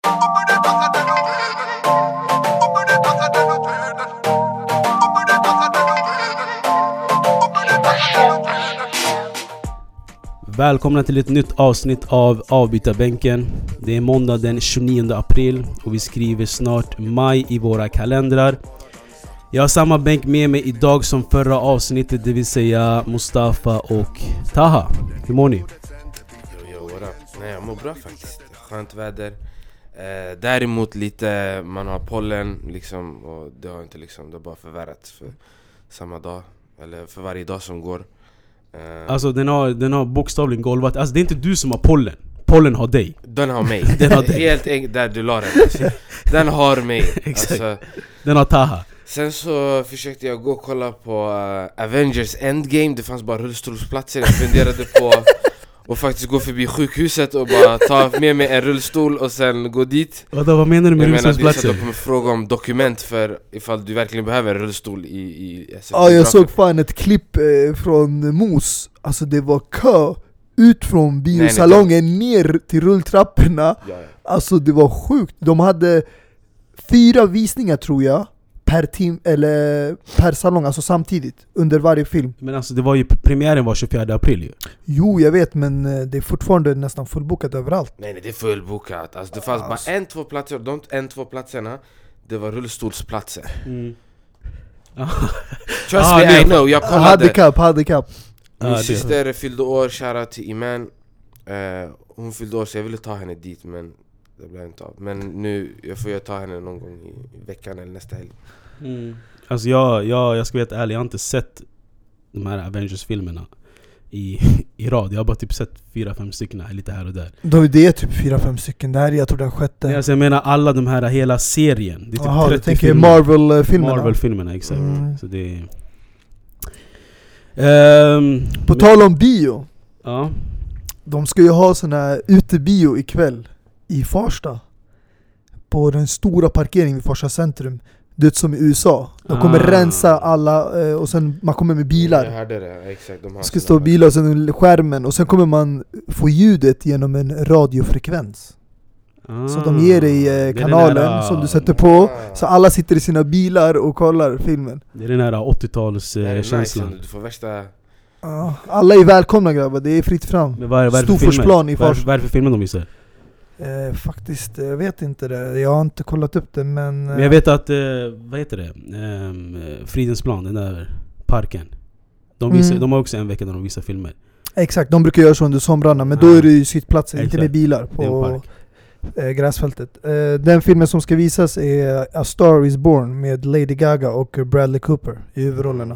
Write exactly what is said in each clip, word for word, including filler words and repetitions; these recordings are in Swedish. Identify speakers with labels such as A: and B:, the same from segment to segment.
A: Välkomna till ett nytt avsnitt av Avbytarbänken. Det är måndag den tjugonionde april och vi skriver snart maj i våra kalendrar. Jag har samma bänk med mig idag som förra avsnittet, det vill säga Mustafa och Taha. Hur mår ni?
B: Jo, jo, what up? Nej, jag mår bra faktiskt. Skönt väder. Eh, däremot lite, man har pollen liksom, och det har inte liksom, det har bara förvärrats för samma dag, eller för varje dag som går. Uh,
A: alltså den har, den har bokstavligen golvat. Alltså det är inte du som har pollen. Pollen har dig.
B: Den har mig.
A: Den har dig.
B: Helt enkelt där du la den. Alltså. Den har mig.
A: Exakt.
B: Alltså,
A: den har Taha.
B: Sen så försökte jag gå och kolla på uh, Avengers Endgame. Det fanns bara rullstolsplatser. Jag funderade på och faktiskt gå förbi sjukhuset och bara ta med mig en rullstol och sen gå dit.
A: Och då, vad menar du med rullstolsplatser?
B: Jag kommer fråga om dokument för ifall du verkligen behöver en rullstol i, i S F.
C: Ja, jag såg fan ett klipp eh, från Mos. Alltså det var kö ut från biosalongen nej, nej, ner till rulltrapporna. Ja, ja. Alltså det var sjukt. De hade fyra visningar tror jag per tim eller per salong, alltså samtidigt under varje film.
A: Men alltså det var ju, premiären var tjugofjärde april ju.
C: Jo, jag vet, men det är fortfarande nästan fullbokat överallt.
B: Nej, nej, det är fullbokat. Alltså det fanns alltså bara en, två platser. De en, två platserna, det var rullstolsplatser. Mm. Trust ah, me, I know, jag kollade.
C: Handikapp, handikapp.
B: Min ah, syster fyllde år, shoutout till Iman. uh, Hon fyllde år så jag ville ta henne dit, men det blev inte av. Men nu jag får jag ta henne någon gång i veckan eller nästa helg.
A: Mm. Alltså jag, jag, jag ska vara ärlig, jag har inte sett de här Avengers-filmerna i, i rad. Jag har bara typ sett fyra, fem stycken här, lite här och där.
C: Då är det typ fyra, fem stycken. Det här jag tror den sjätte.
A: Alltså jag menar alla de här, hela serien. Det är typ
C: Aha, du tänker Marvel-filmerna.
A: Marvel-filmerna, exakt. Mm. Så det
C: är... Um, På vi... tal om bio.
A: Ja.
C: De ska ju ha sån här utebio ikväll i Farsta. På den stora parkeringen vid Farsta centrum. Det som i U S A. De kommer ah. rensa alla och sen man kommer med bilar.
B: Jag hörde det, exakt. De har
C: ska stå bilar och sen skärmen och sen kommer man få ljudet genom en radiofrekvens. Ah. Så de ger dig kanalen där, som du sätter på. Ah. Så alla sitter i sina bilar och kollar filmen.
A: Det är den här åttio-tals eh, känslan.
B: Nice. Du får värsta...
C: Ah. Alla är välkomna grabbar, det är fritt fram. Storforsplan i Fars.
A: Vad är det för filmen de visar?
C: Eh, faktiskt, jag vet inte det. Jag har inte kollat upp det, men...
A: Men jag vet att, eh, vad heter det? Eh, Fridens plan, den där parken. De, visar, mm. de har också en vecka där de visar filmer.
C: Exakt, de brukar göra så under somrarna, men ah. då är det ju sittplatser, inte med bilar på eh, gräsfältet. Eh, den filmen som ska visas är A Star Is Born med Lady Gaga och Bradley Cooper i huvudrollerna.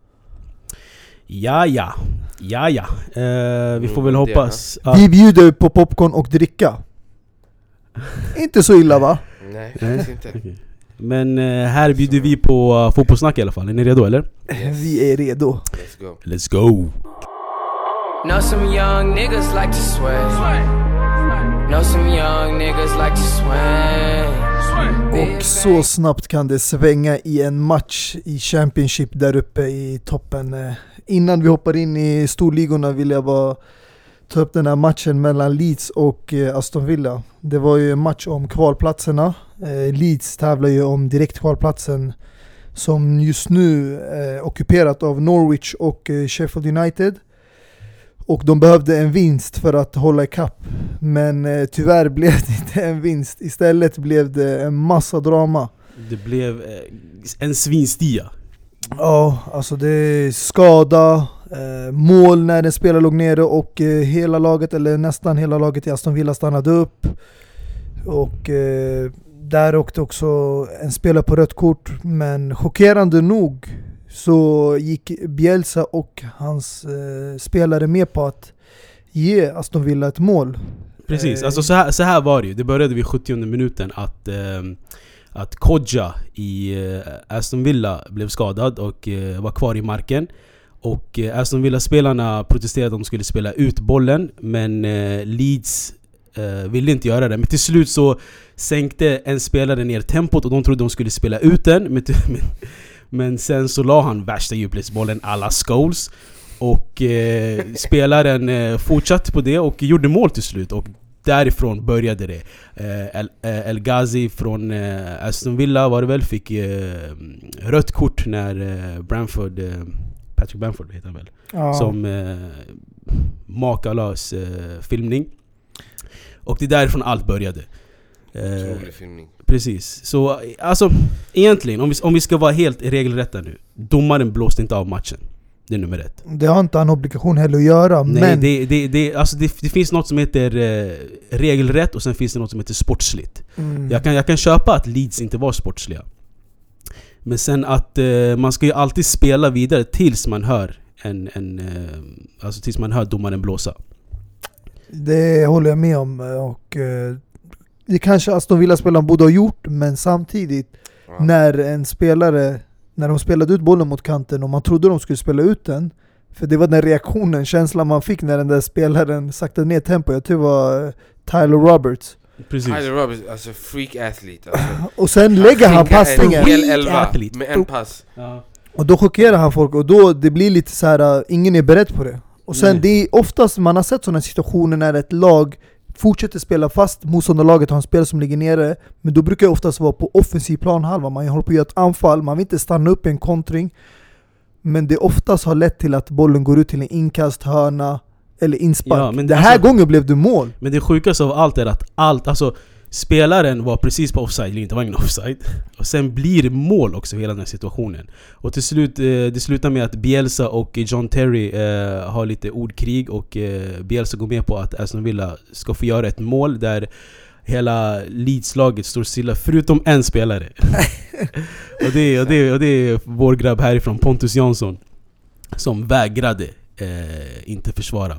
A: Ja, ja. Ja, ja. Eh, vi får väl
B: mm,
A: hoppas...
C: Att... Vi bjuder på popcorn och dricka. Inte så illa va?
B: Nej, Nej. inte.
A: Okay. Men uh, här bjuder vi på uh, fotbollssnack i alla fall. Är ni redo eller?
C: Yes. Vi är redo.
B: Let's go.
A: Let's go.
D: Know some young niggas like to sway. Know some young niggas like to sway.
C: Och så snabbt kan det svänga i en match i Championship där uppe i toppen. Innan vi hoppar in i storligorna vill jag bara ta upp den här matchen mellan Leeds och eh, Aston Villa. Det var ju en match om kvalplatserna. Eh, Leeds tävlar ju om direkt kvalplatsen som just nu är eh, ockuperat av Norwich och eh, Sheffield United. Och de behövde en vinst för att hålla ikapp. Men eh, tyvärr blev det inte en vinst. Istället blev det en massa drama.
A: Det blev eh, en svinstia.
C: Ja, alltså det är skada, eh, mål när den spelar låg nere och eh, hela laget, eller nästan hela laget i Aston Villa stannade upp. Och eh, där åkte också en spelare på rött kort, men chockerande nog så gick Bielsa och hans eh, spelare med på att ge Aston Villa ett mål.
A: Precis, alltså så här, så här var det ju. Det började vid sjuttionde minuten att... Eh, att Kodja i uh, Aston Villa blev skadad och uh, var kvar i marken. Och uh, Aston Villa-spelarna protesterade att de skulle spela ut bollen, men uh, Leeds uh, ville inte göra det. Men till slut så sänkte en spelare ner tempot och de trodde de skulle spela ut den. Men, men, men sen så la han värsta djupledsbollen alla Scholes. Och uh, spelaren uh, fortsatte på det och gjorde mål till slut. Och därifrån började det. Eh, El, eh, El Ghazi från eh, Aston Villa var det väl, fick eh, rött kort när eh, Bamford, eh, Patrick Bamford heter han väl,
C: Ja.
A: som eh, makalös eh, filmning. Och det är därifrån allt började. Eh,
B: Otrolig filmning.
A: precis. Så alltså egentligen, om vi, om vi ska vara helt regelrätta nu, domaren blåste inte av matchen. Det är nummer ett.
C: Det har inte en obligation heller att göra.
A: Nej,
C: men
A: det, det, det, alltså det, det finns något som heter eh, regelrätt och sen finns det något som heter sportsligt.
C: mm,
A: Jag kan, jag kan köpa att Leeds inte var sportsliga. Men sen att eh, man ska ju alltid spela vidare tills man hör en, en eh, alltså tills man hör domaren blåsa.
C: det håller jag med om. Och eh, det kanske Aston Villa-spelaren borde ha gjort, men samtidigt
B: Ja.
C: när en spelare, när de spelade ut bollen mot kanten och man trodde de skulle spela ut den, för det var den reaktionen, känslan man fick när den där spelaren saktade ner tempo. Jag tror det var eh, Tyler Roberts.
A: Precis.
B: Tyler Roberts, alltså freak athlete. Alltså.
C: Och sen lägger han
B: skickar
C: passningen.
B: en hel elva
A: Athlete.
B: med en pass.
A: Ja.
C: Och då chockerar han folk och då det blir lite så här, uh, ingen är beredd på det. Och sen
A: Nej.
C: det är oftast man har sett sådana situationer när ett lag fortsätter spela fast motståndarlaget har en spelare som ligger nere, men då brukar det oftast vara på offensiv planhalva. Man håller på att göra ett anfall, man vill inte stanna upp i en kontring, men det oftast har lett till att bollen går ut till en inkast, hörna eller inspark.
A: Ja, men
C: det här
A: alltså-
C: gången blev det mål.
A: Men det sjukaste av allt är att allt, alltså spelaren var precis på offside, det var ingen offside. Och sen blir det mål också hela den här situationen. Och till slut, eh, det slutar med att Bielsa och John Terry eh, har lite ordkrig och eh, Bielsa går med på att Aston Villa ska få göra ett mål där hela Leeds-laget står stilla förutom en spelare. och, det, och, det, och det är vår grabb härifrån, Pontus Jansson, som vägrade eh, inte försvara.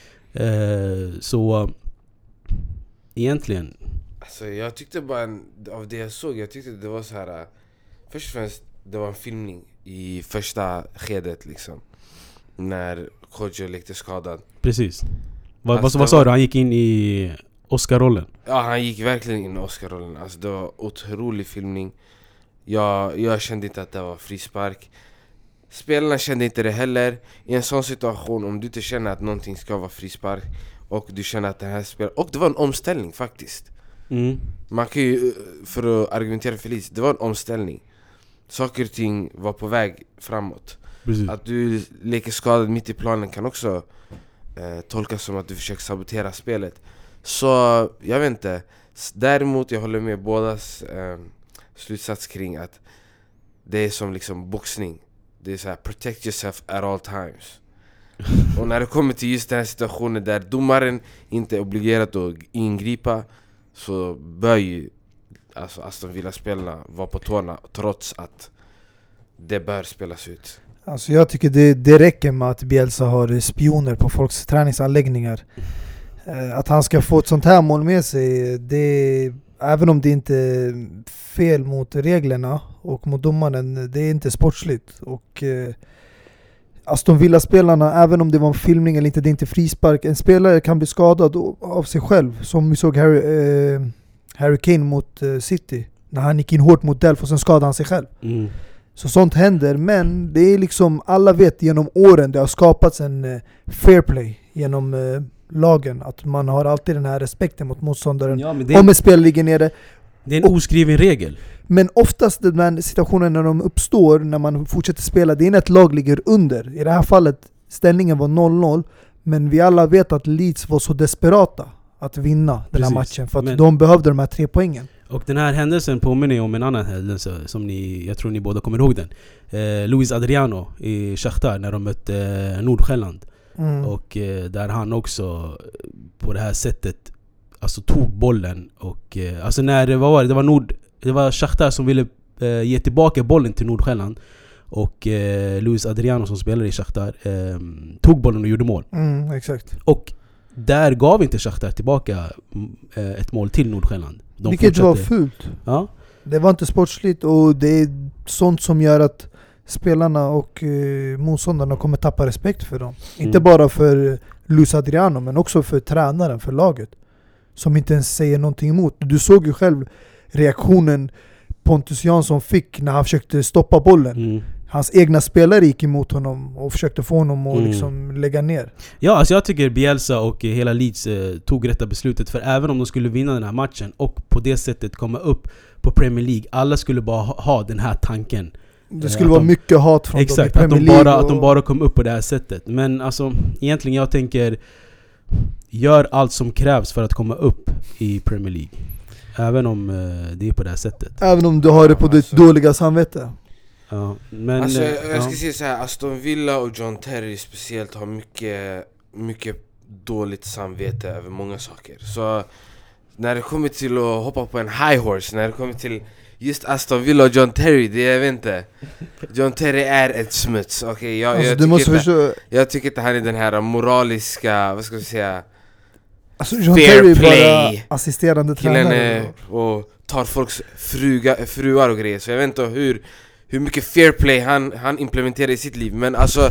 A: Eh, så egentligen
B: Alltså jag tyckte bara, en, av det jag såg, jag tyckte det var så här. äh, Först och främst, det var en filmning i första skedet liksom. När Kodjo lekte skadad.
A: precis. Vad,
B: Alltså,
A: vad, vad
B: det
A: sa
B: var-
A: du? Han gick in i Oscar-rollen.
B: Ja, han gick verkligen in i Oscar-rollen. Alltså det var otrolig filmning. Jag, jag kände inte att det var frispark. Spelarna kände inte det heller. I en sån situation, om du inte känner att någonting ska vara frispark och du känner att det här spelar... Och det var en omställning faktiskt.
A: Mm.
B: Man kan ju, för att argumentera för Leeds, det var en omställning. Saker och ting var på väg framåt.
A: Precis.
B: Att du leker skadad mitt i planen kan också eh, tolkas som att du försöker sabotera spelet. Så jag vet inte. S- Däremot jag håller med bådas eh, slutsats kring att det är som liksom boxning. Det är så här: protect yourself at all times. Och när det kommer till just den här situationen där domaren inte är obligerad att ingripa, så bör ju alltså Aston Villa-spelarna vara på tårna trots att det bör spelas ut.
C: Alltså jag tycker det, det räcker med att Bielsa har spioner på folks träningsanläggningar. Eh, Att han ska få ett sånt här mål med sig, det, även om det inte är fel mot reglerna och mot domaren, det är inte sportsligt. Och eh, Aston Villa-spelarna, även om det var en filmning eller inte, det är inte frispark. En spelare kan bli skadad av sig själv, som vi såg Harry, eh, Harry Kane mot eh, City. När han gick in hårt mot Delph och sen skadade han sig själv.
A: Mm.
C: Så sånt händer, men det är liksom, alla vet genom åren det har skapats en eh, fair play genom eh, lagen, att man har alltid den här respekten mot motståndaren.
A: Ja, men det,
C: Om en spelare ligger nere.
A: det är en oskriven regel.
C: Men oftast den här situationen när de uppstår, när man fortsätter spela, det är när ett lag ligger under. I det här fallet, ställningen var noll noll, men vi alla vet att Leeds var så desperata att vinna den här
A: Precis.
C: matchen, för att
A: Men-
C: de behövde de här tre poängen.
A: Och den här händelsen påminner om en annan händelse som ni, jag tror ni båda kommer ihåg den. Eh, Luis Adriano i Shakhtar när de mötte eh, Nordsjälland.
C: Mm.
A: Och eh, där han också på det här sättet alltså tog bollen och eh, alltså när det var det var Nord det var Shakhtar som ville eh, ge tillbaka bollen till Nordsjälland och eh, Luis Adriano som spelade i Shakhtar eh, tog bollen och gjorde mål.
C: Mm, exakt.
A: Och där gav inte Shakhtar tillbaka eh, ett mål till Nordsjälland. De
C: Vilket var
A: fortsatte-
C: fult.
A: Ja.
C: Det var inte sportsligt, och det är sånt som gör att spelarna och eh, motståndarna kommer tappa respekt för dem.
A: Mm.
C: Inte bara för eh, Luis Adriano, men också för tränaren, för laget. Som inte ens säger någonting emot. Du såg ju själv reaktionen Pontus Jansson fick när han försökte stoppa bollen.
A: Mm.
C: hans egna spelare gick emot honom och försökte få honom att
A: Mm.
C: liksom lägga ner.
A: Ja, alltså jag tycker Bielsa och eh, hela Leeds eh, tog rätta beslutet. För även om de skulle vinna den här matchen och på det sättet komma upp på Premier League, alla skulle bara ha, ha den här tanken.
C: Det skulle
A: Att
C: vara
A: de-
C: mycket hat från
A: Exakt,
C: dem i
A: att
C: Premier
A: de,
C: League.
A: bara,
C: och,
A: att de bara kom upp på det här sättet. Men alltså, egentligen jag tänker, gör allt som krävs för att komma upp i Premier League. Även om eh, det är på det här sättet.
C: Även om du har det på ditt
B: Alltså-
C: dåliga samvete.
A: Ja, men,
B: Alltså
A: eh,
B: jag
A: ja.
B: ska säga så här, Aston Villa och John Terry speciellt har mycket, mycket dåligt samvete över många saker. Så när det kommer till att hoppa på en high horse, när det kommer till just Aston Villa och John Terry, det jag vet inte. John Terry är ett smuts, okej? Okay, jag,
C: Alltså,
B: jag,
C: du
B: tycker
C: måste
B: inte-
C: förstå,
B: jag tycker inte han är den här moraliska, vad ska vi säga,
C: alltså John
B: fair
C: Terry är
B: play.
C: bara assisterande
B: killen
C: tränare.
B: är, och tar folks fruga, fruar och grejer. Så jag vet inte hur, hur mycket fair play han, han implementerar i sitt liv. Men alltså,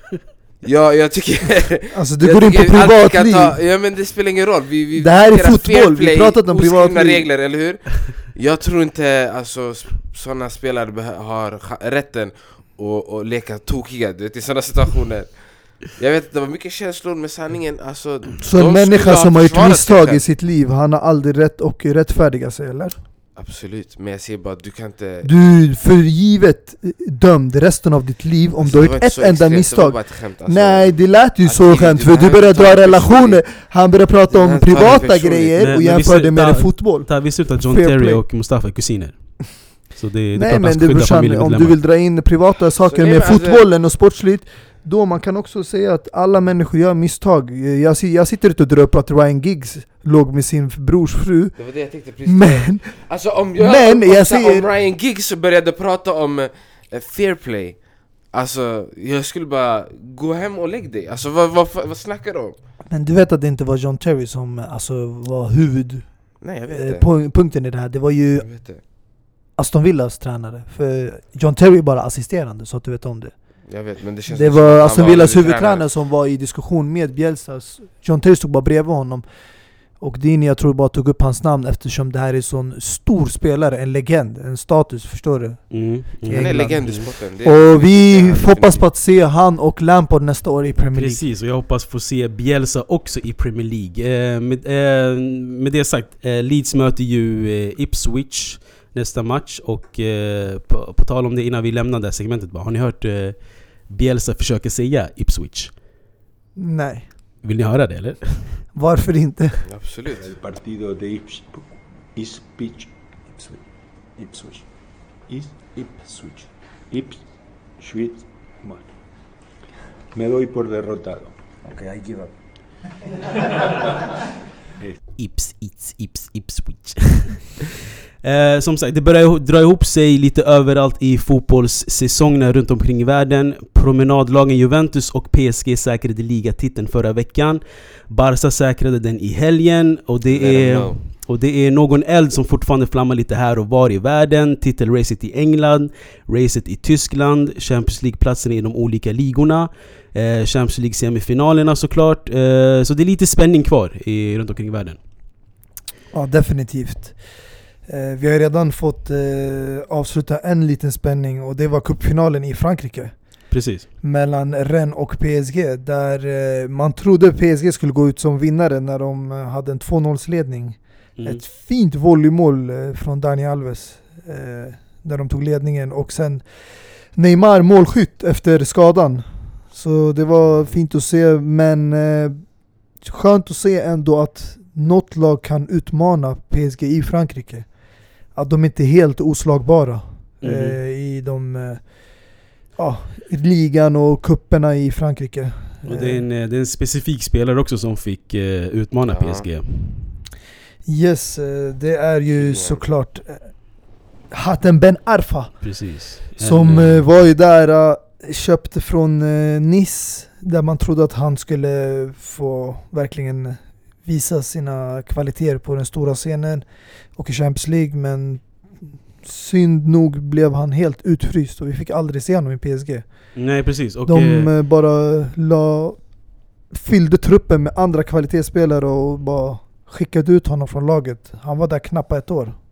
B: jag, jag tycker...
C: Alltså du
B: jag
C: går in på
B: tycker allt vi kan
C: privatliv.
B: ta- Ja men det spelar ingen roll. Vi, vi
C: Det här är
B: diskuterar
C: fotboll,
B: fair
C: vi
B: play,
C: pratat om
B: oskrivna
C: privatliv.
B: regler, eller hur? Jag tror inte alltså sådana spelare beh- har cha- rätten att, att leka tokiga, du vet, i sådana situationer. Jag vet, det var mycket känslor med sanningen. Alltså,
C: Så
B: de
C: en människa
B: skulle
C: som
B: ha
C: har gjort
B: försvarat sig
C: misstag
B: själv.
C: i sitt liv, han har aldrig rätt och rättfärdiga sig, eller?
B: Absolut, men jag säger bara, du kan inte...
C: Du är för givet dömd resten av ditt liv om
B: Alltså,
C: du
B: det
C: har
B: var
C: gjort
B: inte
C: ett
B: så
C: enda
B: extremt, det var
C: misstag.
B: bara ett skämt, alltså.
C: Nej, det lät ju
B: Alltså,
C: så
B: det-
C: skämt,
B: det
C: för
B: här
C: du började
B: tar det
C: dra relationer.
B: personligt.
C: Han började prata
B: Det
C: om
B: här tar det
C: privata
B: personligt.
C: grejer
A: Men-
C: och
A: men
C: jämförde
A: visst,
C: med
A: där-
C: det fotboll.
A: Där visste du att John
C: Fair
A: Terry
C: play.
A: och Mustafa är kusiner. Så det, det är
C: Nej
A: klart
C: men
A: han
C: det
A: ska skydda
C: brorsan, om du
A: familjemedlemmar.
C: vill dra in privata saker
B: nej,
C: med
B: men alltså-
C: fotbollen och sportsligt, då man kan också säga att alla människor gör misstag. Jag, si- jag sitter ute och drar upp att Ryan Giggs låg med sin brors fru.
B: Det var det jag tänkte precis.
C: Men,
B: Alltså om jag,
C: Men
B: om,
C: jag
B: om, så här,
C: säger-
B: om Ryan Giggs började prata om eh, fair play, alltså jag skulle bara gå hem och lägg dig. Alltså vad, vad, vad snackar du om?
C: men du vet att det inte var John Terry som alltså, var huvudpunkten
B: Nej jag vet
C: eh,
B: det.
C: po- punkten i det här. Det var ju
B: Jag vet det.
C: Aston Villas tränare. För John Terry är bara assisterande, så att du vet om det.
B: Jag vet, men det känns
C: Det
B: som att
C: var
B: han
C: Aston Villas
B: huvudtränare.
C: huvudtränare som var i diskussion med Bielsa. John Terry stod bara bredvid honom. Och Dini, jag tror bara tog upp hans namn eftersom det här är en sån stor spelare, en legend, en status, förstår du?
A: Mm,
B: Han är
A: mm.
C: England.
B: legend i sporten. Det är-
C: Och vi
B: det är-
C: hoppas på att se han och Lampard nästa år i Premier League.
A: Precis, och jag hoppas få se Bielsa också i Premier League. Eh, med, eh, med det sagt, eh, Leeds möter ju eh, Ipswich nästa match. Och eh, på, på tal om det innan vi lämnar det här segmentet, bara, har ni hört eh, Bielsa försöka säga Ipswich?
C: Nej,
A: Vill ni höra det eller?
C: varför inte?
B: Absolut.
E: El partido de Ips- Ipswich. Ipswich. Ipswich. Is- Ipswich. Ipswich. Bueno. Me doy por derrotado.
F: Okay, I give up.
A: Ips, Ips, Ips, Ipswich. eh, som sagt, det börjar dra ihop sig lite överallt i fotbollssäsongerna runt omkring i världen. Promenadlagen Juventus och P S G säkrade ligatiteln förra veckan. Barca säkrade den i helgen. Och det
B: Let 'em
A: är...
B: know.
A: Och det är någon eld som fortfarande flammar lite här och var i världen. Titelracet i England, racet i Tyskland, Champions League-platsen i de olika ligorna, eh, Champions League-semifinalerna såklart. Eh, så det är lite spänning kvar i, runt omkring i världen.
C: Ja, definitivt. Eh, vi har redan fått eh, avsluta en liten spänning, och det var cupfinalen i Frankrike
A: Precis.
C: mellan Rennes och P S G, där eh, man trodde P S G skulle gå ut som vinnare när de eh, hade en två noll-ledning.
A: Mm.
C: Ett fint volleymål eh, från Dani Alves eh, där de tog ledningen, och sen Neymar målskytt efter skadan. Så det var fint att se, men eh, skönt att se ändå att något lag kan utmana P S G i Frankrike. Att de inte är helt oslagbara
A: Mm.
C: eh, i de eh, ja, i ligan och kupperna i Frankrike.
A: Och det är, en, eh, det är en specifik spelare också som fick eh, utmana
B: Ja.
A: P S G.
C: Yes, eh, det är ju
B: Ja.
C: såklart eh, Hatem Ben Arfa.
A: Precis.
C: Som
A: En, eh,
C: eh, var ju där, uh, köpte från uh, Nice, där man trodde att han skulle få verkligen visa sina kvaliteter på den stora scenen och i Champions League, men synd nog blev han helt utfryst och vi fick aldrig se honom i P S G.
A: Nej, precis. Och,
C: De
A: eh,
C: eh, bara la, fyllde truppen med andra kvalitetsspelare och bara skickade ut honom från laget. Han var där knappt ett år.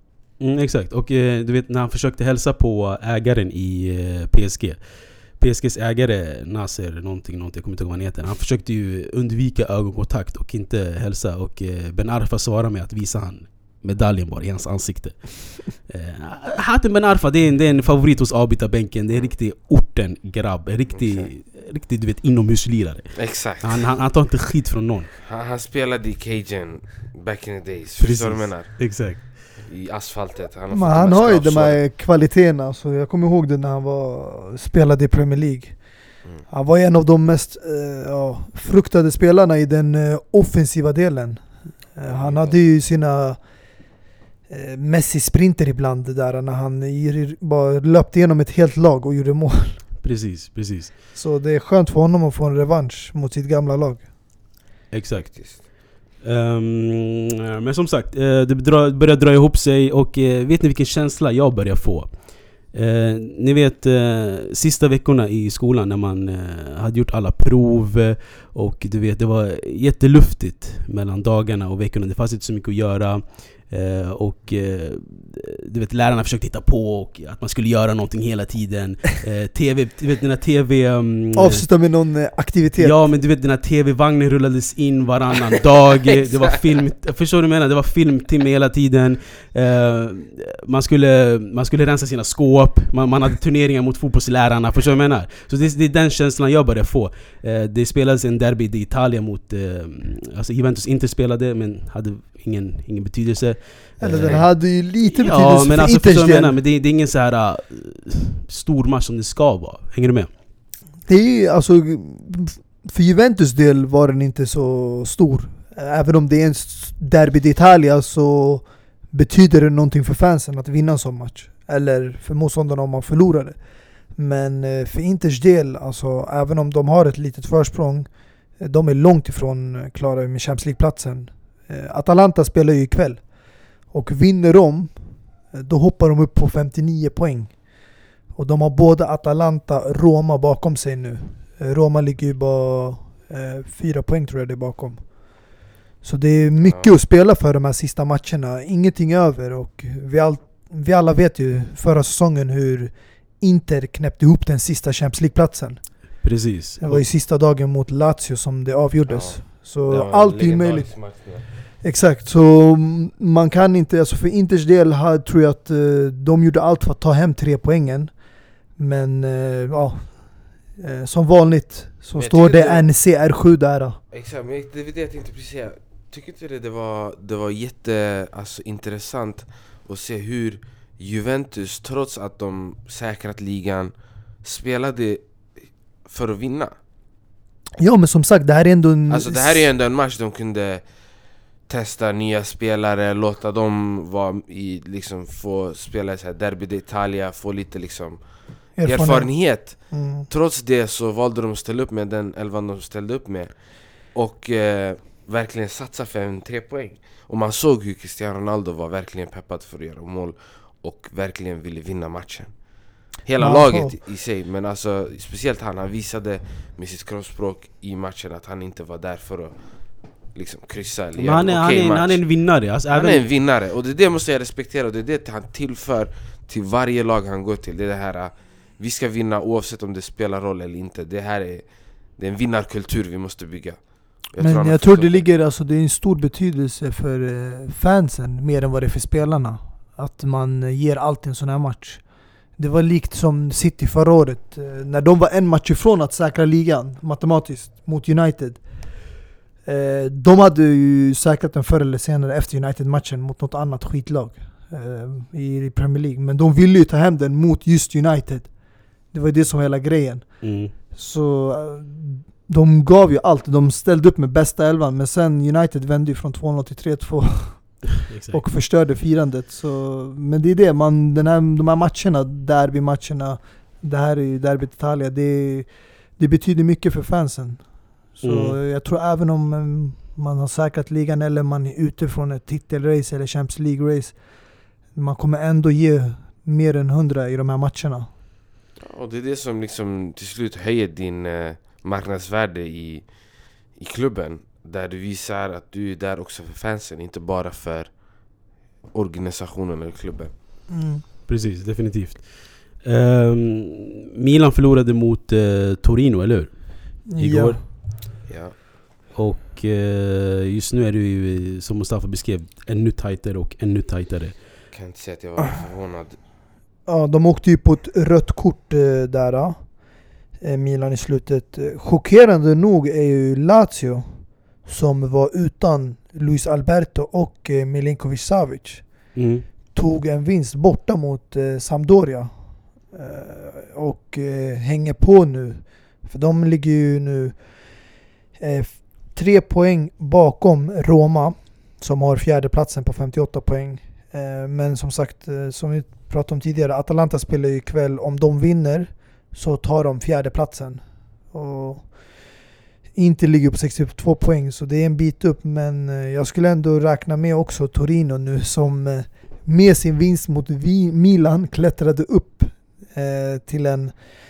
A: Mm, exakt, och eh, du vet när han försökte hälsa på ägaren i eh, P S G. P S G:s ägare, Nasser, någonting, någonting, jag kommer inte ihåg vad han heter. Han försökte ju undvika ögonkontakt och inte hälsa. Och eh, Ben Arfa svarade med att visa han medaljen bara i hans ansikte. eh, Hatem Ben Arfa, det är, en, det är en favorit hos avbytarbänken. Det är en riktig orten grabb. En riktig, riktig du vet, inomhuslirare.
B: Exakt.
A: Han, han, han tar inte skit från någon.
B: Han, han spelade i Cajun back in the days.
A: Precis.
B: Förstår du vad jag menar?
A: Exakt.
B: I asfaltet. Han har,
C: Men
B: fått
C: han
B: de
C: har ju de
B: skrapsåren.
C: här kvaliteterna, så jag kommer ihåg det när han var, spelade i Premier League.
B: Mm.
C: Han var en av de mest eh, ja, fruktade spelarna i den eh, offensiva delen. Eh, han hade ju sina eh, Messi-sprinter ibland där när han i, bara löpte igenom ett helt lag och gjorde mål.
A: Precis, precis.
C: Så det är skönt för honom att få en revansch mot sitt gamla lag.
A: Exakt. Um, men som sagt, eh, det dra, börjar dra ihop sig. Och eh, vet ni vilken känsla jag börjar få? Eh, ni vet eh, sista veckorna i skolan när man eh, hade gjort alla prov eh, och du vet det var jätteluftigt mellan dagarna och veckorna. Det fanns inte så mycket att göra. Uh, och uh, du vet lärarna försökte hitta på och att man skulle göra någonting hela tiden. uh, tv, du vet den här tv um,
C: Avsluta med någon uh, aktivitet.
A: Ja, men du vet den här tv-vagnen rullades in varannan dag. Det var film, förstår du menar? Det var filmtimme hela tiden. uh, man skulle man skulle rensa sina skåp. Man, man hade turneringar mot fotbollslärarna, förstår du menar? Så det, det är den känslan jag började få. uh, Det spelades en derby i Italien mot uh, alltså Juventus inte spelade men hade ingen, ingen betydelse.
C: Eller den hade ju lite betydelse
A: ja, men
C: för
A: alltså,
C: Inters del.
A: menar, men det, det är ingen så här uh, stor match som det ska vara. Hänger du med?
C: Det är alltså, för Juventus del var den inte så stor. Även om det är en derby d'Italia så betyder det någonting för fansen att vinna en sån match. Eller för motståndarna om man förlorade. Men för Inters del, alltså, även om de har ett litet försprång, de är långt ifrån klara med Champions League-platsen. Atalanta spelar ju ikväll. Och vinner de, då hoppar de upp på femtionio poäng. Och de har både Atalanta och Roma bakom sig nu. Roma ligger ju bara eh, fyra poäng tror jag det är bakom. Så det är mycket ja. att spela för de här sista matcherna. Ingenting över. Och vi, all, vi alla vet ju förra säsongen hur Inter knäppte ihop den sista Champions League-platsen.
A: Precis.
C: Det var ju sista dagen mot Lazio som det avgjordes. Ja. Så
B: det
C: allt är ju möjligt. Exakt, så man kan inte, alltså för Inters del här, tror jag att uh, de gjorde allt för att ta hem tre poängen. Men uh, ja, uh, som vanligt så
B: men
C: står det,
B: det
C: N C R sju där då.
B: Exakt, men det är det jag tänkte precis säga. Tycker inte det, det var, det var jätte, alltså, intressant att se hur Juventus, trots att de säkrat ligan, spelade för att vinna.
C: Ja, men som sagt, det här är ändå en...
B: Alltså det här är ändå en match de kunde testa nya spelare, låta dem vara i, liksom, få spela så här derby d'Italia, få lite liksom erfarenhet, erfarenhet. Mm. Trots det så valde de att ställa upp med den elvan de ställde upp med och eh, verkligen satsa för en tre poäng. Och man såg hur Cristiano Ronaldo var verkligen peppad för att göra mål och verkligen ville vinna matchen. Hela ja, laget så. i sig, men alltså speciellt han, han visade med sitt kroppsspråk i matchen att han inte var där för att liksom kryssa eller
A: han är,
B: okay
A: han, är, han är en vinnare alltså,
B: han
A: även...
B: är en vinnare, och det är det måste jag respektera. Och det är det han tillför till varje lag han går till. Det är det här, vi ska vinna oavsett om det spelar roll eller inte. Det här är, det är en vinnarkultur vi måste bygga. Jag
C: men
B: tror
C: jag tror det ligger, alltså, det är en stor betydelse för eh, fansen mer än vad det är för spelarna. Att man ger allt i en sån här match. Det var likt som City förra året, eh, när de var en match ifrån att säkra ligan matematiskt mot United. Eh, de hade ju säkrat den förr eller senare efter United-matchen mot något annat skitlag eh, i Premier League. Men de ville ju ta hem den mot just United. Det var det som var hela grejen.
A: Mm.
C: Så eh, de gav ju allt. De ställde upp med bästa elvan. Men sen United vände ju från två noll till tre två. Och förstörde firandet. Så, men det är det, man, den här, de här matcherna, derby-matcherna, det här är derby d'Italia, det, det betyder mycket för fansen. Så mm. jag tror även om man har säkrat ligan eller man är ute från ett titelrace eller Champions League-race, man kommer ändå ge mer än hundra i de här matcherna.
B: Och det är det som liksom till slut höjer din eh, marknadsvärde i, i klubben. Där du visar att du är där också för fansen, inte bara för organisationen eller klubben.
C: Mm.
A: Precis, definitivt. Um, Milan förlorade mot uh, Torino, eller hur? Igår.
C: Ja.
B: Ja.
A: Och uh, just nu är det ju, som Mustafa beskrev, ännu tajtare och ännu tajtare.
B: Jag kan inte säga att jag var förvånad.
C: Ja, de åkte ju på ett rött kort eh, där. Eh, Milan i slutet. Chockerande nog är ju Lazio som var utan Luis Alberto och eh, Milinkovic Savic.
A: Mm.
C: Tog en vinst borta mot eh, Sampdoria. Eh, och eh, hänger på nu. För de ligger ju nu eh, tre poäng bakom Roma som har fjärde platsen på femtioåtta poäng. Eh, men som sagt, eh, som vi pratade om tidigare, Atalanta spelar ju ikväll. Om de vinner så tar de fjärde platsen. Och inte ligger på sextiotvå poäng, så det är en bit upp. Men eh, jag skulle ändå räkna med också Torino nu som eh, med sin vinst mot Vi- Milan klättrade upp eh, till en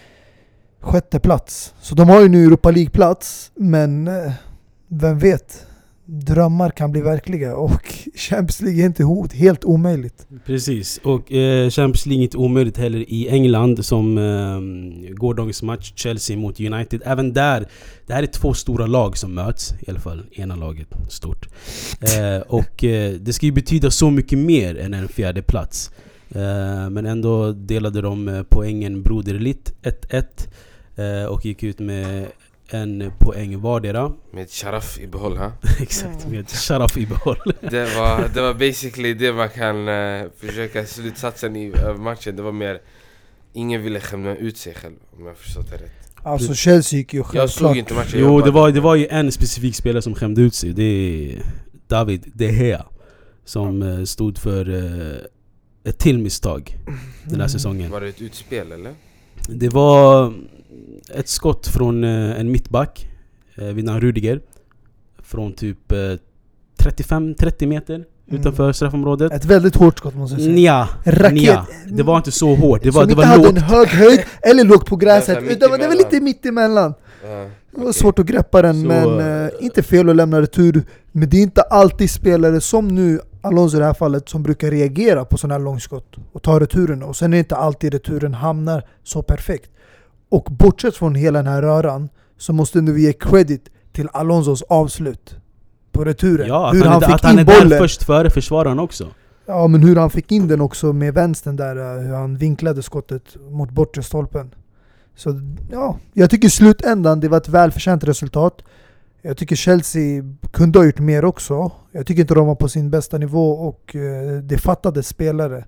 C: sjätte plats. Så de har ju nu Europa League-plats, men eh, vem vet? Drömmar kan bli verkliga och Champions League är inte hot, helt omöjligt.
A: Precis, och eh, Champions League är inte omöjligt heller i England som eh, gårdagens match Chelsea mot United. Även där, det här är två stora lag som möts, i alla fall ena laget stort. Eh, och eh, det ska ju betyda så mycket mer än en fjärde plats. Eh, men ändå delade de eh, poängen broderligt ett ett eh, och gick ut med en poäng vardera.
B: Med Sharaf i behåll, ha?
A: Exakt, med Sharaf i behåll.
B: Det var, det var basically det man kan uh, försöka slutsatsen i uh, matchen. Det var mer, ingen ville skämma ut sig själv, om jag förstått det rätt.
C: Alltså Chelsea gick ju
B: Jag
C: självklart.
B: såg inte matchen.
A: Jo, det var, det var ju en specifik spelare som skämde ut sig. Det är David De Gea som uh, stod för uh, ett till misstag den här säsongen.
B: Var det ett utspel eller?
A: Det var ett skott från uh, en mittback, uh, vid namn Rudiger, från typ uh, trettiofem trettio meter mm. utanför straffområdet.
C: Ett väldigt hårt skott måste jag säga.
A: Nja,
C: Raket.
A: nja. Det var inte så hårt. Det var,
C: som
A: det
C: inte
A: var
C: hade
A: lågt.
C: en hög höjd eller lågt på gräset.
B: Det var
C: Utan det var lite mitt emellan.
B: Uh,
C: Det var
B: okay.
C: svårt att greppa den,
A: Så,
C: men uh, inte fel att lämna retur. Men det är inte alltid spelare som nu Alonso i det här fallet som brukar reagera på sådana här långskott och ta returen. Och sen är det inte alltid returen hamnar så perfekt. Och bortsett från hela den här röran så måste nu vi ge credit till Alonsos avslut på returen.
A: Ja, att
C: hur
A: han,
C: han
A: är,
C: fick
A: att han
C: in
A: är där
C: bollen.
A: först före försvararen också.
C: Ja, men hur han fick in den också med vänstern där, uh, hur han vinklade skottet mot bortre stolpen. Så ja, jag tycker i slutändan det var ett välförtjänt resultat. Jag tycker Chelsea kunde ha gjort mer också. Jag tycker inte de var på sin bästa nivå och uh, det fattades spelare.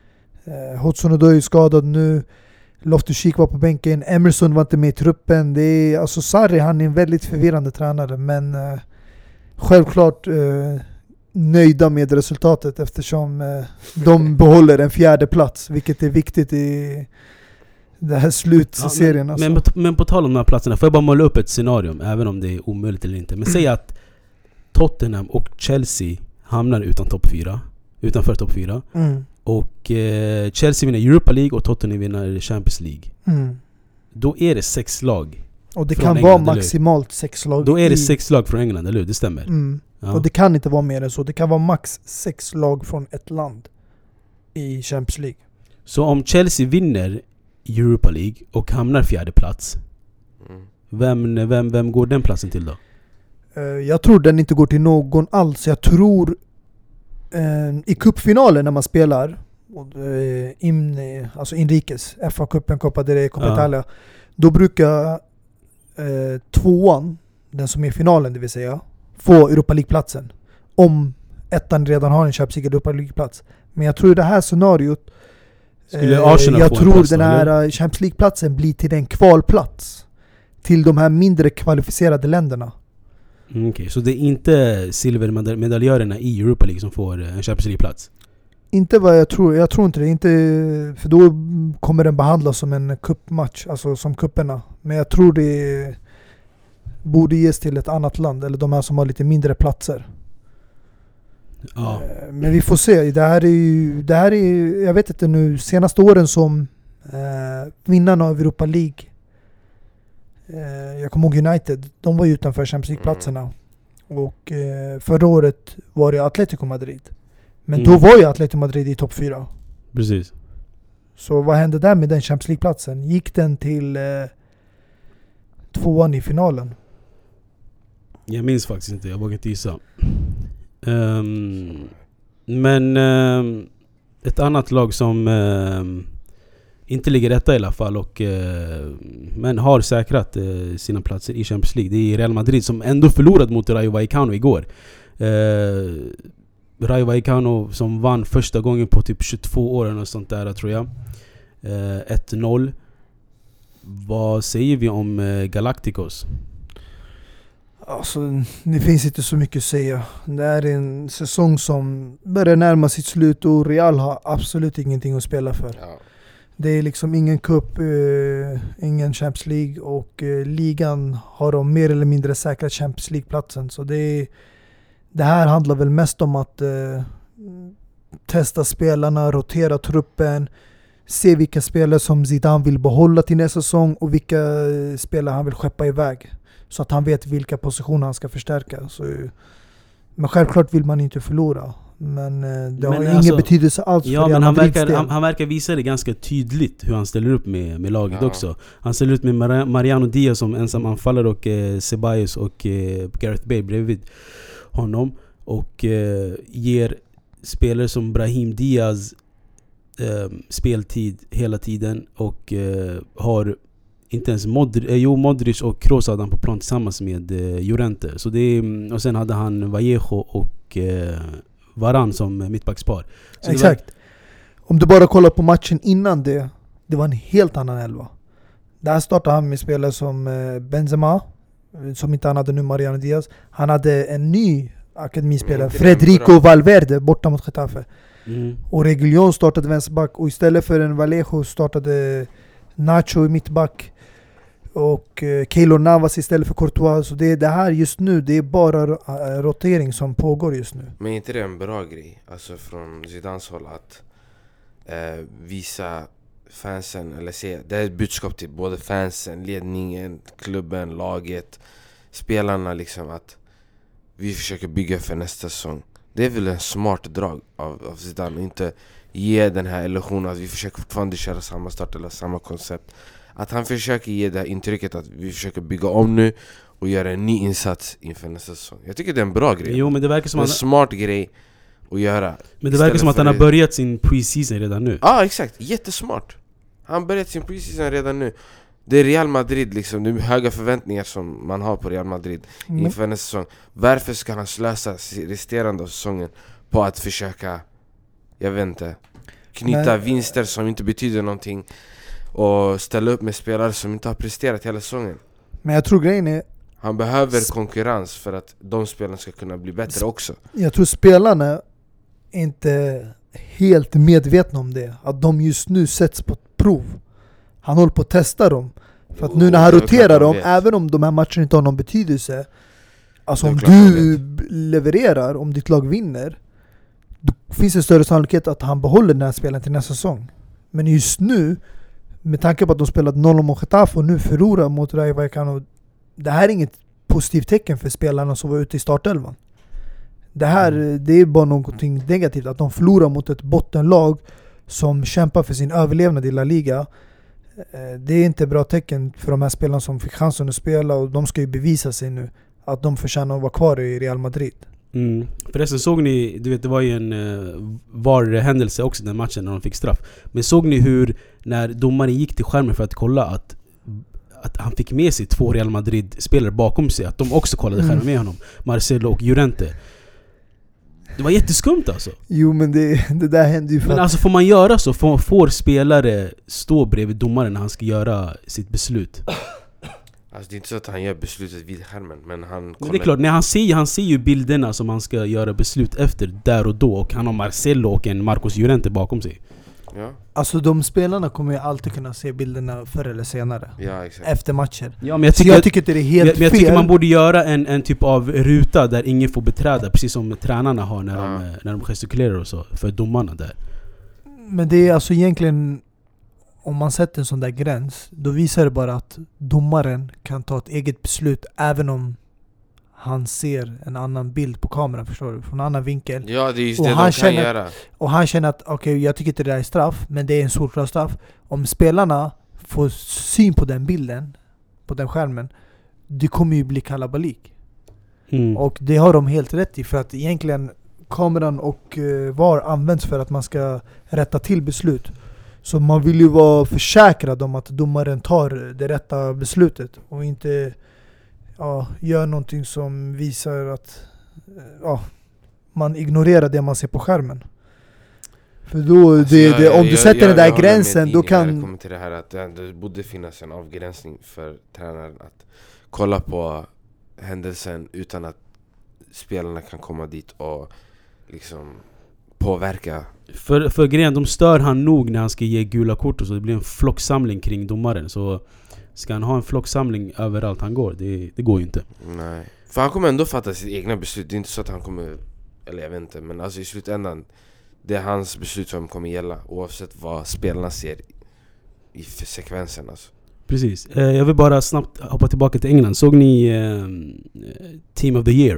C: Uh, Hudson-Odoi är skadad nu. Loftus-Cheek var på bänken. Emerson var inte med i truppen. Det är, alltså Sarri, han är en väldigt förvirrande tränare, men uh, självklart uh, nöjda med resultatet eftersom uh, de behåller en fjärde plats, vilket är viktigt i det här slutserien.
A: Ja, men,
C: alltså.
A: men, på, men på tal om de här platserna, får jag bara måla upp ett scenario, även om det är omöjligt eller inte. Men säg att Tottenham och Chelsea hamnar utan topp fyra, utanför topp fyra.
C: Mm.
A: Och eh, Chelsea vinner Europa League och Tottenham vinner Champions League.
C: Mm.
A: Då är det sex lag.
C: Och det
A: Från
C: kan
A: England,
C: vara
A: eller?
C: maximalt sex lag.
A: Då är det
C: i-
A: sex lag från England, eller hur? Det stämmer.
C: Mm.
A: Ja.
C: Och det kan inte vara mer än så. Det kan vara max sex lag från ett land i Champions League.
A: Så om Chelsea vinner Europa League och hamnar fjärde plats,
B: Mm.
A: vem, vem, vem går den platsen till då?
C: Eh, jag tror den inte går till någon alls. Jag tror eh, i cupfinalen när man spelar och, eh, in, alltså inrikes, F A-cupen, Copa del Rey, Copa
A: Ja.
C: Italia, då brukar eh, tvåan, den som är i finalen det vill säga, få Europa League-platsen. Om ettan redan har en Champions League Europa League-plats. Men jag tror i det här scenariot
A: Skulle
C: eh,
A: Arsenal
C: jag
A: få en
C: tror
A: plats
C: den
A: då,
C: här
A: eller?
C: eh, Champions League-platsen blir till en kvalplats till de här mindre kvalificerade länderna.
A: Mm, Okej, så det är inte silvermedaljörerna i Europa League som får eh, en Champions League-plats?
C: Inte vad jag tror, jag tror inte det, inte, för då kommer den behandlas som en cupmatch, alltså som kupperna. Men jag tror det borde ges till ett annat land, eller de här som har lite mindre platser.
A: Ja.
C: Eh, Men vi får se, det här är ju, det här är, jag vet inte nu, senaste åren som eh, vinnarna av Europa League, eh, jag kommer ihåg United, de var ju utanför Champions League-platserna. Och eh, förra året var det Atletico Madrid. Men
A: Mm.
C: då var ju Atletico Madrid i topp fyra.
A: Precis.
C: Så vad hände där med den Champions League-platsen? Gick den till eh, tvåan i finalen?
A: Jag minns faktiskt inte, jag vågar inte gissa. Um, men um, ett annat lag som um, inte ligger rätta i alla fall och uh, men har säkrat uh, sina platser i Champions League, det är Real Madrid som ändå förlorat mot Rayo Vallecano igår. Uh, Rayo Vallecano som vann första gången på typ tjugotvå år och sånt där, tror jag. Uh, ett noll. Vad säger vi om uh, Galacticos?
C: Alltså, det finns inte så mycket att säga. Det är en säsong som börjar närma sitt slut och Real har absolut ingenting att spela för.
B: Ja.
C: Det är liksom ingen cup, eh, ingen Champions League och eh, ligan har de mer eller mindre säkrat Champions League-platsen. Så det, är, det här handlar väl mest om att eh, testa spelarna, rotera truppen, se vilka spelare som Zidane vill behålla till nästa säsong och vilka eh, spelare han vill skeppa iväg. Så att han vet vilka positioner han ska förstärka. Så, men självklart vill man inte förlora. Men eh, det
A: Men
C: har
A: alltså,
C: ingen betydelse alls
A: ja,
C: för
A: men
C: Real
A: han
C: Madrids
A: verkar,
C: del.
A: han, han verkar visa det ganska tydligt hur han ställer upp med, med laget
B: Ja.
A: också. Han ställer ut med Mar- Mariano Diaz som ensam anfallare och eh, Ceballos och eh, Gareth Bale bredvid honom. Och eh, ger spelare som Brahim Diaz eh, speltid hela tiden och eh, har inte ens Modri- eh, jo, Modric och Kroos hade han på plan tillsammans med eh, Llorente. Så det är, och sen hade han Vallejo och eh, Varan som mittbackspar. Så det
C: Exakt. Om du bara kollar på matchen innan det, det var en helt annan elva. Där startade han med spelare som eh, Benzema, som inte han hade nu, Mariano Diaz. Han hade en ny akademispelare,
B: Mm,
C: Federico
B: bra.
C: Valverde, borta mot Getafe.
A: Mm.
C: Och Reguilón startade vänsterback och istället för en Vallejo startade Nacho i mittback. Och eh, Keylor Navas istället för Courtois. Så det, det här just nu, det är bara uh, rotering som pågår just nu.
B: Men är inte det en bra grej? Alltså från Zidans håll att eh, visa fansen, eller se, det är ett budskap till både fansen, ledningen, klubben, laget, spelarna liksom, att vi försöker bygga för nästa säsong. Det är väl en smart drag av, av Zidane, inte ge den här illusionen att vi försöker fortfarande köra samma start eller samma koncept. Att han försöker ge det här intrycket att vi försöker bygga om nu och göra en ny insats inför nästa säsong. Jag tycker det är en bra grej.
A: Jo, men det verkar som
B: en
A: han,
B: smart grej att göra.
A: men det verkar som att han har
B: det.
A: börjat sin preseason redan nu.
B: Ja, ah, exakt. Jättesmart. Han har börjat sin preseason redan nu. Det är Real Madrid liksom. Det är höga förväntningar som man har på Real Madrid
C: Mm.
B: inför nästa säsong. Varför ska han slösa resterande av säsongen på att försöka, jag vet inte, knyta
C: Men-
B: vinster som inte betyder någonting och ställa upp med spelare som inte har presterat hela säsongen?
C: Men jag tror grejen är,
B: Han behöver konkurrens för att de spelarna ska kunna bli bättre också.
C: jag tror spelarna är inte helt medvetna om det. Att de just nu sätts på ett prov. Han håller på att testa dem. För att
B: Jo,
C: nu när han
B: det är klart
C: roterar
B: han
C: dem,
B: vet.
C: även om de här matcherna inte har någon betydelse. Alltså
B: Det är
C: om
B: klart han
C: du b- levererar, om ditt lag vinner, då finns det större sannolikhet att han behåller den här spelaren till nästa säsong. Men just nu, med tanke på att de spelat noll mot Getafe och nu förlorar mot Rayo Vallecano, det här är inget positivt tecken för spelarna som var ute i startelvan. Det här det är bara någonting negativt, att de förlorar mot ett bottenlag som kämpar för sin överlevnad i La Liga. Eh, Det är inte bra tecken för de här spelarna som fick chansen att spela, och de ska ju bevisa sig nu att de förtjänar att vara kvar i Real Madrid.
A: Mm. Förresten, såg ni, du vet det var ju en uh, VAR-händelse också den matchen när de fick straff. Men såg ni hur när domaren gick till skärmen för att kolla att, att han fick med sig två Real Madrid-spelare bakom sig, att de också kollade skärmen med honom, Marcelo och Llorente. Det var jätteskumt alltså.
C: Jo, men det, det där händer ju för
A: Men
C: att
A: alltså får man göra så? Får, får spelare stå bredvid domaren när han ska göra sitt beslut?
B: Alltså det är inte så att han gör beslutet vid skärmen, men han
A: Men
B: kollar.
A: det är klart, när han ser, han ser ju bilderna som han ska göra beslut efter där och då. Och han har Marcelo och en Marcos Llorente bakom sig.
B: Ja,
C: alltså de spelarna kommer ju alltid kunna se bilderna förr eller senare.
B: ja exakt.
C: Efter matcher.
A: Ja, men jag
C: Så
A: tycker,
C: jag
A: att,
C: tycker inte det är helt
A: jag, men jag
C: fel.
A: tycker man borde göra en, en typ av ruta där ingen får beträda, precis som tränarna har när,
B: Ja.
A: de, när de gestikulerar och så, för domarna där.
C: Men det är alltså egentligen, om man sätter en sån där gräns, då visar det bara att domaren kan ta ett eget beslut även om han ser en annan bild på kameran, förstår du? Från en annan vinkel.
B: Ja, det är just
C: Och
B: det
C: han
B: de kan
C: känner-
B: göra.
C: Och han känner att okej, okay, jag tycker inte det där är straff, men det är en solklar straff. Om spelarna får syn på den bilden, på den skärmen, det kommer ju bli kalabalik.
A: Mm.
C: Och det har de helt rätt i, för att egentligen kameran och uh, V A R används för att man ska rätta till beslut. Så man vill ju vara försäkrad om att domaren tar det rätta beslutet och inte ja, gör någonting som visar att ja, man ignorerar det man ser på skärmen. För då,
B: Alltså,
C: det,
B: jag-
C: det, om
B: jag-
C: du
B: jag-
C: sätter
B: jag-
C: den där
B: jag håller med
C: gränsen,
B: Dini
C: då
B: när det
C: kan...
B: kommer till det här att det, det borde finnas en avgränsning för tränaren att kolla på händelsen utan att spelarna kan komma dit och liksom påverka.
A: För, för grejen, de stör han nog när han ska ge gula kort och så det blir en flocksamling kring domaren. Så ska han ha en flocksamling överallt han går, det, det går ju inte.
B: Nej. För han kommer ändå fatta sitt egna beslut. Det är inte så att han kommer, eller jag vet inte, men alltså i slutändan, det är hans beslut som kommer gälla oavsett vad spelarna ser i för sekvensen alltså.
A: Precis. Eh, jag vill bara snabbt hoppa tillbaka till England. Såg ni eh, Team of the Year?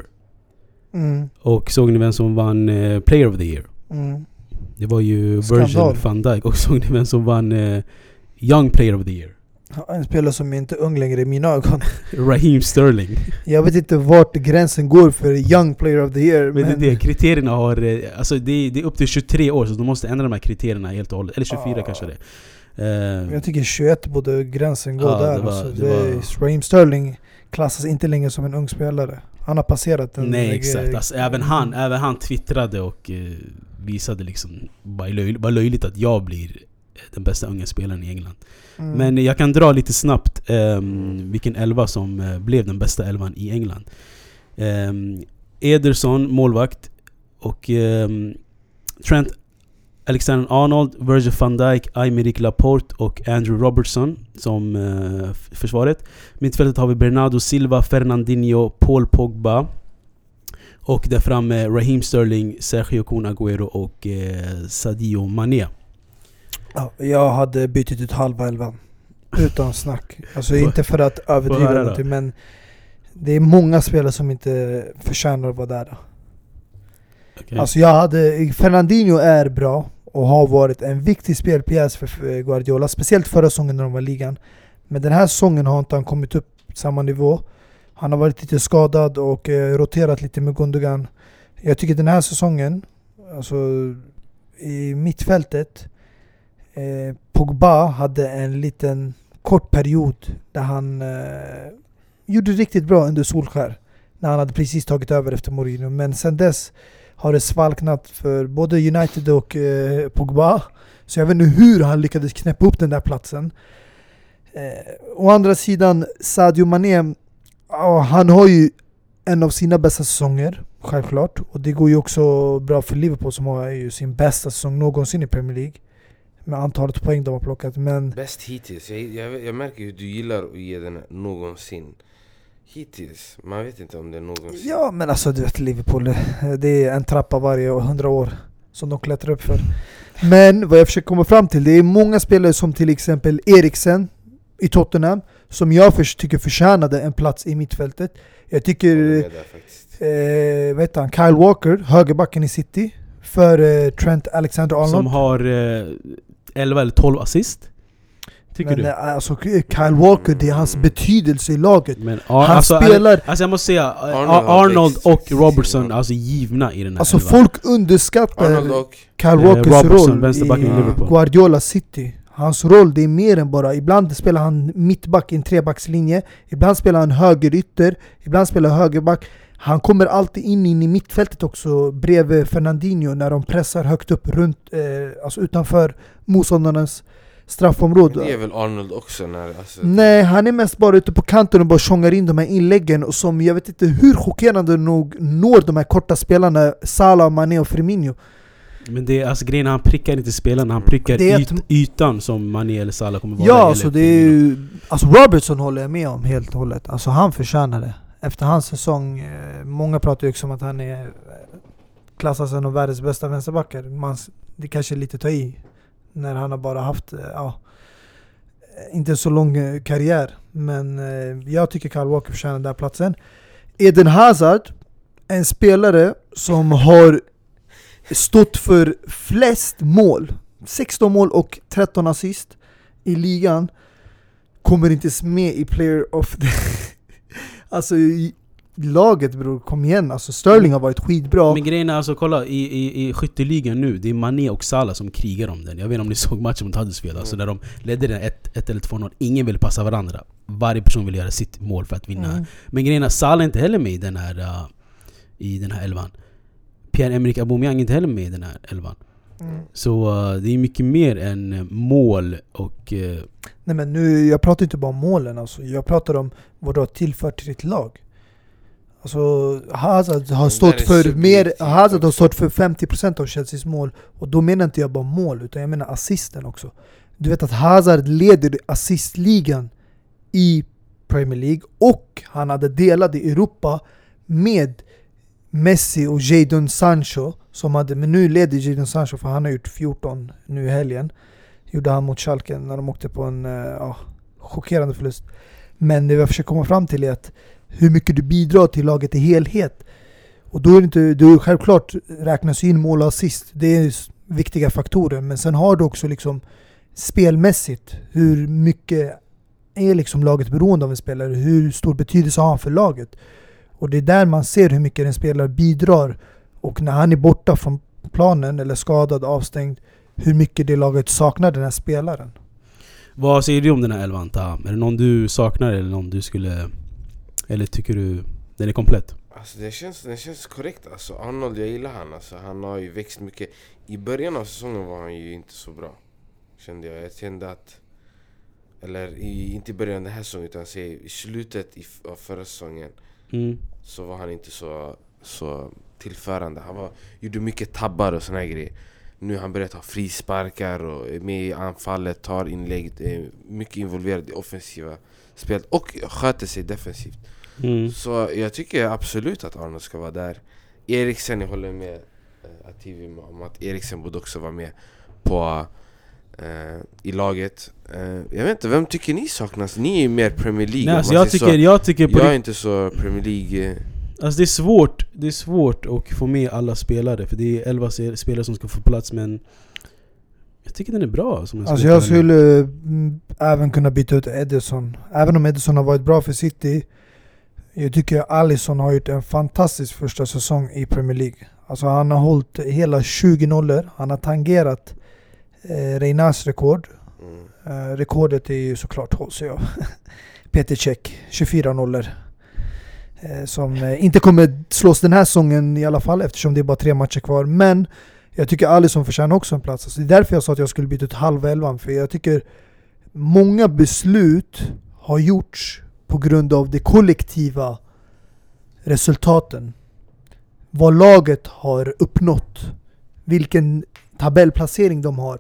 C: Mm,
A: Och såg ni vem som vann eh, Player of the Year?
C: mm.
A: Det var ju
C: Skandal.
A: Virgil van Dijk. Och såg ni vem som vann eh, Young Player of the Year?
C: En spelare som är inte ung längre i mina ögon.
A: Raheem Sterling.
C: Jag vet inte vart gränsen går för Young Player of the Year.
A: Men, men det, det, kriterierna har... eh, Alltså det, det är upp till tjugotre år, så de måste ändra de här kriterierna helt och hållet. Eller tjugofyra
C: Ah.
A: kanske det. Eh,
C: Jag tycker tjugoett borde gränsen gå
A: Ja,
C: där.
A: det var-
C: alltså.
A: det
C: det
A: var-
C: Raheem Sterling klassas inte längre som en ung spelare. Han har passerat den.
A: nej,
C: läge-
A: exakt. Alltså, även, han, även han twittrade och eh, visade liksom bara löj, bara löjligt att jag blir den bästa unga spelaren i England.
C: Mm.
A: Men jag kan dra lite snabbt um, vilken elva som uh, blev den bästa elvan i England. Um, Ederson, målvakt, och um, Trent Alexander-Arnold, Virgil van Dijk, Aymeric Laporte och Andrew Robertson som uh, f- försvaret. Mittfältet har vi Bernardo Silva, Fernandinho, Paul Pogba. Och där framme Raheem Sterling, Sergio Kun Aguero och uh, Sadio Mané.
C: Ja, jag hade bytt ut halva elvan. Utan snack. Alltså inte för att
A: höra
C: överdriva
A: då.
C: någonting, men det är många spelare som inte förtjänar att vara där.
A: Okay.
C: Alltså jag hade... Fernandinho är bra och har varit en viktig spelpjäs för Guardiola. Speciellt förra säsongen när de var i ligan. Men den här säsongen har inte han kommit upp samma nivå. Han har varit lite skadad och eh, roterat lite med Gundogan. Jag tycker den här säsongen, alltså i mittfältet, eh, Pogba hade en liten kort period där han eh, gjorde riktigt bra under Solskär. När han hade precis tagit över efter Mourinho. Men sen dess har det svalknat för både United och eh, Pogba. Så jag vet inte hur han lyckades knäppa upp den där platsen. Eh, å andra sidan, Sadio Mané, ja, han har ju en av sina bästa säsonger, självklart. Och det går ju också bra för Liverpool som har ju sin bästa säsong någonsin i Premier League. Med antalet poäng de har plockat. Men
B: Bäst hittills. Jag, jag, jag märker hur du gillar att ge den någonsin. Hittills. Man vet inte om det är någonsin.
C: ja, men alltså du vet, Liverpool, det är en trappa varje hundra år som de klättrar upp för. Men vad jag försöker komma fram till, det är många spelare som till exempel Eriksen i Tottenham, som jag först tycker förtjänade en plats i mittfältet. Jag tycker
B: Jag håller med där faktiskt.
C: eh, vet han, Kyle Walker, högerbacken i City, för eh, Trent Alexander-Arnold.
A: Som har eh, elva eller tolv assist. Tycker
C: Men
A: du?
C: eh, alltså Kyle Walker, det är hans betydelse i laget.
A: Men
C: Han
A: alltså,
C: spelar...
A: alltså jag måste säga
B: Arnold
A: Arnold,
B: har
A: Arnold
B: växt
A: och
B: faktiskt.
A: Robertson, alltså givna i den här
C: Alltså
A: elvan.
C: folk underskattar
B: Arnold och...
C: Kyle
A: Eh,
C: Walkers
A: Robertson,
C: roll
A: vänsterbacken
C: i
A: i Liverpool.
C: Guardiola City. Hans roll, det är mer än bara... Ibland spelar han mittback i en trebackslinje. Ibland spelar han högerytter. Ibland spelar han högerback. Han kommer alltid in, in i mittfältet också bredvid Fernandinho när de pressar högt upp runt, eh, alltså utanför motståndarnas straffområde.
B: Det är väl Arnold också när... Alltså,
C: Nej, han är mest bara ute på kanten och bara tjongar in de här inläggen, och som jag vet inte hur chockerande nog når de här korta spelarna Salah, Mané och Firmino.
A: Men det är alltså grejen, han prickar inte spelarna, han prickar
C: Det är
A: yt,
C: att-
A: ytan som Mané eller Salah kommer vara.
C: Ja,
A: eller
C: alltså det är
A: Firmino.
C: ju, alltså Robertson håller jag med om helt och hållet. Alltså han förtjänar det. Efter hans säsong, eh, många pratar ju också om att han är eh, klassas som en av världens bästa vänsterbackar. Man, det kanske är lite ta i när han har bara haft, eh, ja, inte så lång eh, karriär. Men eh, jag tycker Kyle Walker förtjänar den där platsen. Eden Hazard, en spelare som har stått för flest mål, sexton mål och tretton assist i ligan, kommer inte med i player of the alltså i laget, bror, kom igen. Alltså Sterling har varit skitbra.
A: Men grejen är alltså, kolla i, i, i skytteligan nu, det är Mané och Salah som krigar om den. Jag vet inte om ni såg matchen mot Huddersfield, alltså där de ledde den ett eller två noll. Ingen vill passa varandra. Varje person vill göra sitt mål för att vinna. Mm. Men grejen är, Salah är inte heller med i den här uh, i den här elvan. Pierre-Emerick Aubameyang är inte heller med i den här elvan. Mm. Så uh, det är mycket mer än mål och... Uh...
C: Nej, men nu, jag pratar inte bara om målen. Alltså. Jag pratar om vad du har tillfört till ditt lag. Alltså, Hazard har stått för mer, Hazard har stått för femtio procent av Chelseas mål. Och då menar inte jag bara mål, utan jag menar assisten också. Du vet att Hazard leder assistligan i Premier League. Och han hade delat i Europa med Messi och Jadon Sancho, som hade, men nu leder Jadon Sancho för han har gjort fjorton nu i helgen. Gjorde han mot Schalke när de åkte på en ja, chockerande förlust. Men det jag försöker komma fram till är att hur mycket du bidrar till laget i helhet. Och då är det inte, du självklart räknas in mål och assist. Det är viktiga faktorer. Men sen har du också liksom spelmässigt, hur mycket är liksom laget beroende av en spelare? Hur stor betydelse har han för laget? Och det är där man ser hur mycket en spelare bidrar. Och när han är borta från planen eller skadad, avstängd, hur mycket det laget saknar den här spelaren.
A: Vad säger du om den här elvan, Taha? Är det någon du saknar eller någon du skulle... Eller tycker du den är komplett?
B: Alltså det känns, det känns korrekt. Alltså Arnold, jag gillar han. Alltså, han har ju växt mycket. I början av säsongen var han ju inte så bra, kände jag. Jag kände att... Eller i, inte i början av den här säsongen, utan i slutet i, av förra säsongen. Mm. Så var han inte så, så tillförande. Han var, gjorde mycket tabbar och såna här grejer. Nu har han börjat ha frisparkar och är med i anfallet, tar inlägg, är mycket involverad i offensiva spelet och sköter sig defensivt. Mm. Så jag tycker absolut att Arnold ska vara där. Eriksen, jag håller med uh, Ativi om att Eriksen borde också vara med på uh, i laget. Uh, jag vet inte, vem tycker ni saknas? Ni är ju mer Premier League.
A: Nej, alltså jag, tycker, så, jag tycker
B: jag är inte så Premier League. Uh,
A: Alltså det är svårt, det är svårt att få med alla spelare, för det är elva spelare som ska få plats, men jag tycker den är bra. Som jag
C: alltså jag skulle mm, även kunna byta ut Ederson. Även om Ederson har varit bra för City, jag tycker Alisson har gjort en fantastisk första säsong i Premier League. Alltså han har hållit hela tjugo nollor. Han har tangerat eh, Reinas rekord. Mm. Eh, rekordet är ju såklart hålls av Peter Cech, tjugofyra nollor. Som inte kommer slås den här säsongen i alla fall, eftersom det är bara tre matcher kvar. Men jag tycker Alisson förtjänar också en plats. Alltså det är därför jag sa att jag skulle byta ut halva elvan. För jag tycker många beslut har gjorts på grund av de kollektiva resultaten. Vad laget har uppnått. Vilken tabellplacering de har.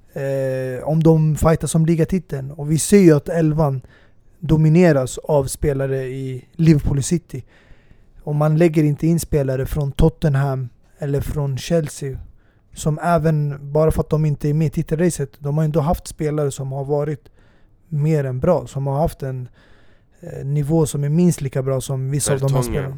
C: Eh, om de fightas om ligatiteln. Och vi ser ju att elvan domineras av spelare i Liverpool City. Och man lägger inte in spelare från Tottenham eller från Chelsea, som även, bara för att de inte är med i titelracet, de har ändå haft spelare som har varit mer än bra, som har haft en eh, nivå som är minst lika bra som vissa av de här spelarna.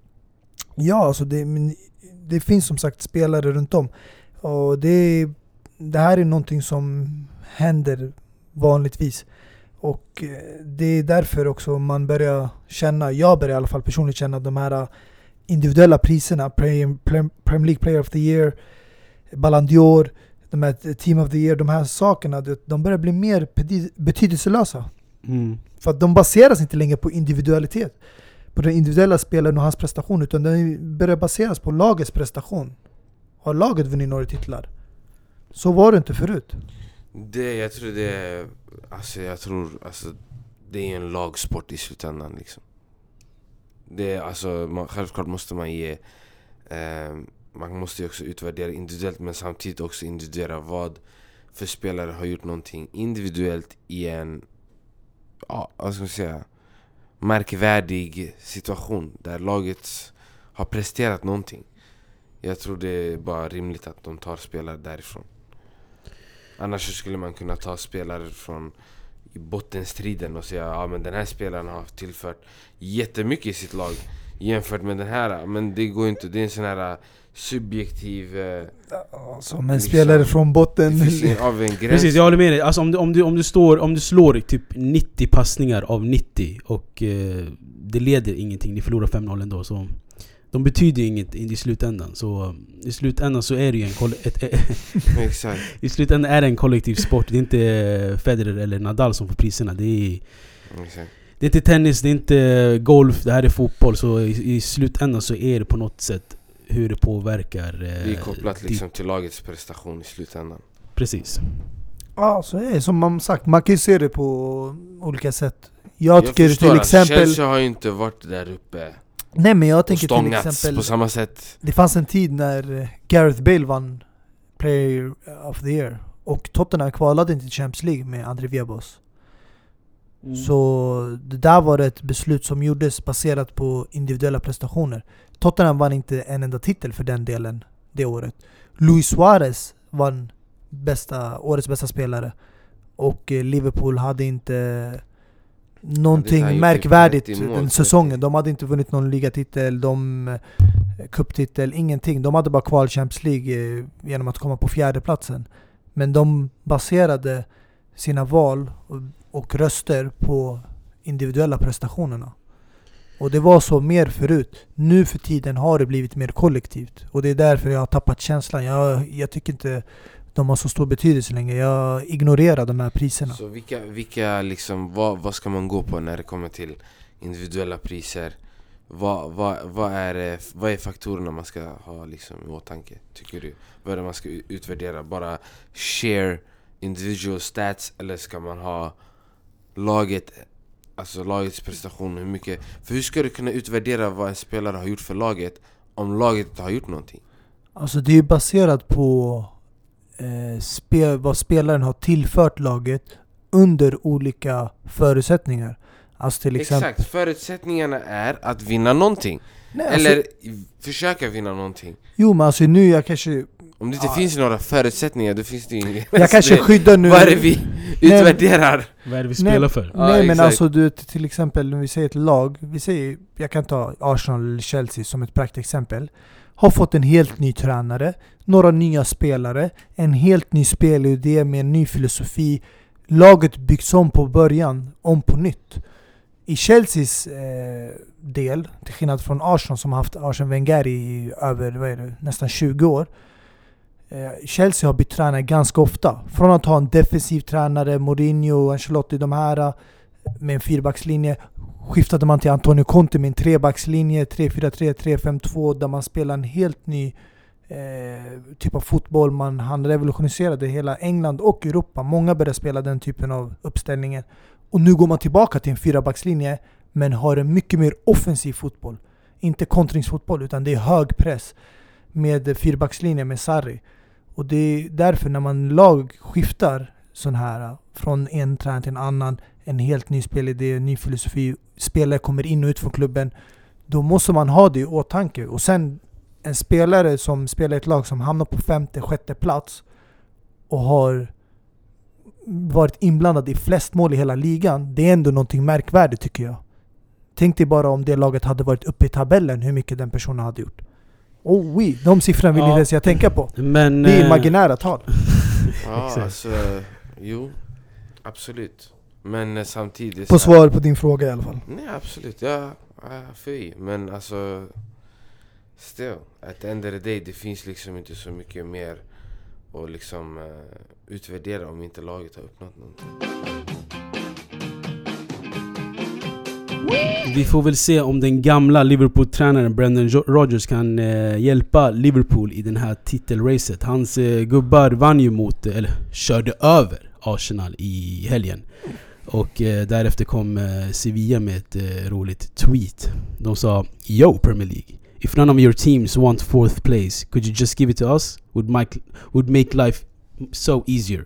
C: Ja, alltså det, det finns som sagt spelare runt om. Och det, det här är någonting som händer vanligtvis. Och det är därför också man börjar känna, jag börjar i alla fall personligt känna de här individuella priserna, Premier League Player of the Year, Ballon d'Or, de här Team of the Year, de här sakerna, de börjar bli mer betydelselösa. Mm. För att de baseras inte längre på individualitet, på den individuella spelaren och hans prestation, utan den börjar baseras på lagets prestation. Har laget vunnit några titlar? Så var det inte förut.
B: Det, jag tror det är, alltså jag tror, alltså det är en lagsport i slutändan liksom. Det är, alltså man, självklart måste man ge, eh, man måste ju också utvärdera individuellt, men samtidigt också individuera vad för spelare har gjort någonting individuellt i en, ja, vad ska man säga, märkvärdig situation där laget har presterat någonting. Jag tror det är bara rimligt att de tar spelare därifrån. Annars skulle man kunna ta spelare från i bottenstriden och säga ja, men den här spelaren har tillfört jättemycket i sitt lag. jämfört med den här. Men det går inte, det är en sån här subjektiv... Eh,
C: som en liksom, spelare från botten.
B: Av en gräns.
A: Precis, jag håller med dig. Alltså om du, om du, om du, står, om du slår typ nittio passningar av nittio och eh, det leder ingenting, ni förlorar fem noll ändå, så de betyder inget i slutändan. Så i slutändan så är det ju en koll- ett,
B: Exakt.
A: I slutändan är det en kollektiv sport. Det är inte Federer eller Nadal som får priserna. Det är,
B: Exakt.
A: det är inte tennis, det är inte golf, det här är fotboll. Så i, i slutändan så är det på något sätt hur det påverkar. Eh,
B: det är kopplat liksom
A: dit.
B: till lagets prestation i slutändan.
A: Precis.
C: Ja, så är det som man sagt. Man kan ju se det på olika sätt. Jag,
B: Jag
C: tycker
B: förstår,
C: till exempel...
B: Chelsea har ju inte varit där uppe.
C: Nej, men jag tänker till
B: stångats
C: exempel
B: på samma sätt.
C: det fanns en tid när Gareth Bale vann Player of the Year och Tottenham kvalade inte till Champions League med André Viebos. Mm. Så det där var ett beslut som gjordes baserat på individuella prestationer. Tottenham vann inte en enda titel för den delen det året. Luis Suarez vann bästa, årets bästa spelare och Liverpool hade inte någonting
B: ja,
C: märkvärdigt den säsongen. De hade inte vunnit någon ligatitel, de cuptitel, ingenting. De hade bara kval Champions League genom att komma på fjärde platsen. Men de baserade sina val och, och röster på individuella prestationerna. Och det var så mer förut. Nu för tiden har det blivit mer kollektivt. Och det är därför jag har tappat känslan. Jag, jag tycker inte de har så stor betydelse längre. Jag ignorerar de här priserna.
B: Så vilka, vilka liksom, vad, vad ska man gå på när det kommer till individuella priser? Vad, vad, vad, är, vad är faktorerna man ska ha liksom i åtanke, tycker du? Vad är det man ska utvärdera? Bara share individual stats, eller ska man ha laget, alltså lagets prestation, hur mycket? För hur ska du kunna utvärdera vad en spelare har gjort för laget om laget inte har gjort någonting?
C: Alltså det är baserat på eh, spe, vad spelaren har tillfört laget under olika förutsättningar. Alltså till exempel,
B: exakt, förutsättningarna är att vinna någonting.
C: Nej,
B: eller
C: alltså,
B: försöka vinna någonting.
C: Jo, men alltså nu jag kanske...
B: Om det inte
C: ah,
B: finns några förutsättningar, då finns det ju inget.
C: Jag kanske
B: det,
C: skyddar nu...
B: Vad är det vi utvärderar?
A: Vad är det vi spelar
C: nej,
A: för?
C: Nej,
B: ja,
C: men alltså du, till exempel när vi säger ett lag, vi säger, jag kan ta Arsenal eller Chelsea som ett praktexempel, har fått en helt ny tränare, några nya spelare, en helt ny spelidé med en ny filosofi. Laget byggs om på början, om på nytt. I Chelseas eh, del, till skillnad från Arsenal som har haft Arsene Wenger i över vad är det, nästan tjugo år. Eh, Chelsea har bytt tränare ganska ofta. Från att ha en defensiv tränare, Mourinho, Ancelotti, de här med en fyrbackslinje, skiftade man till Antonio Conte med en trebackslinje, tre fyra tre, tre fem två, där man spelar en helt ny eh, typ av fotboll. Man, han revolutioniserade hela England och Europa. Många började spela den typen av uppställningen. Och nu går man tillbaka till en fyrabackslinje, men har en mycket mer offensiv fotboll. Inte kontringsfotboll, utan det är hög press med fyrbackslinje med Sarri. Och det är därför när man lag skiftar sån här från en tränare till en annan, en helt ny spelidé, en ny filosofi, spelare kommer in och ut från klubben, då måste man ha det i åtanke. Och sen en spelare som spelar ett lag som hamnar på femte, sjätte plats och har varit inblandad i flest mål i hela ligan, det är ändå någonting märkvärdigt tycker jag. Tänk dig bara om det laget hade varit uppe i tabellen, hur mycket den personen hade gjort. Oh, oui, de siffrorna vill ja. inte ens jag tänka på.
A: Men,
C: det är imaginära tal.
B: Ja, alltså, jo, absolut. Men samtidigt...
C: På svar på din fråga i alla fall.
B: Nej, absolut. Ja, för men alltså... Still, at the end of the day, det finns liksom inte så mycket mer att liksom uh, utvärdera om inte laget har uppnått någonting.
A: Vi får väl se om den gamla Liverpool-tränaren Brendan Rodgers kan eh, hjälpa Liverpool i den här titelracet. Hans eh, gubbar vann ju mot, eller körde över Arsenal i helgen. Och eh, därefter kom eh, Sevilla med ett eh, roligt tweet. De sa, yo Premier League, if none of your teams want fourth place, could you just give it to us? Would, make, would make life so easier.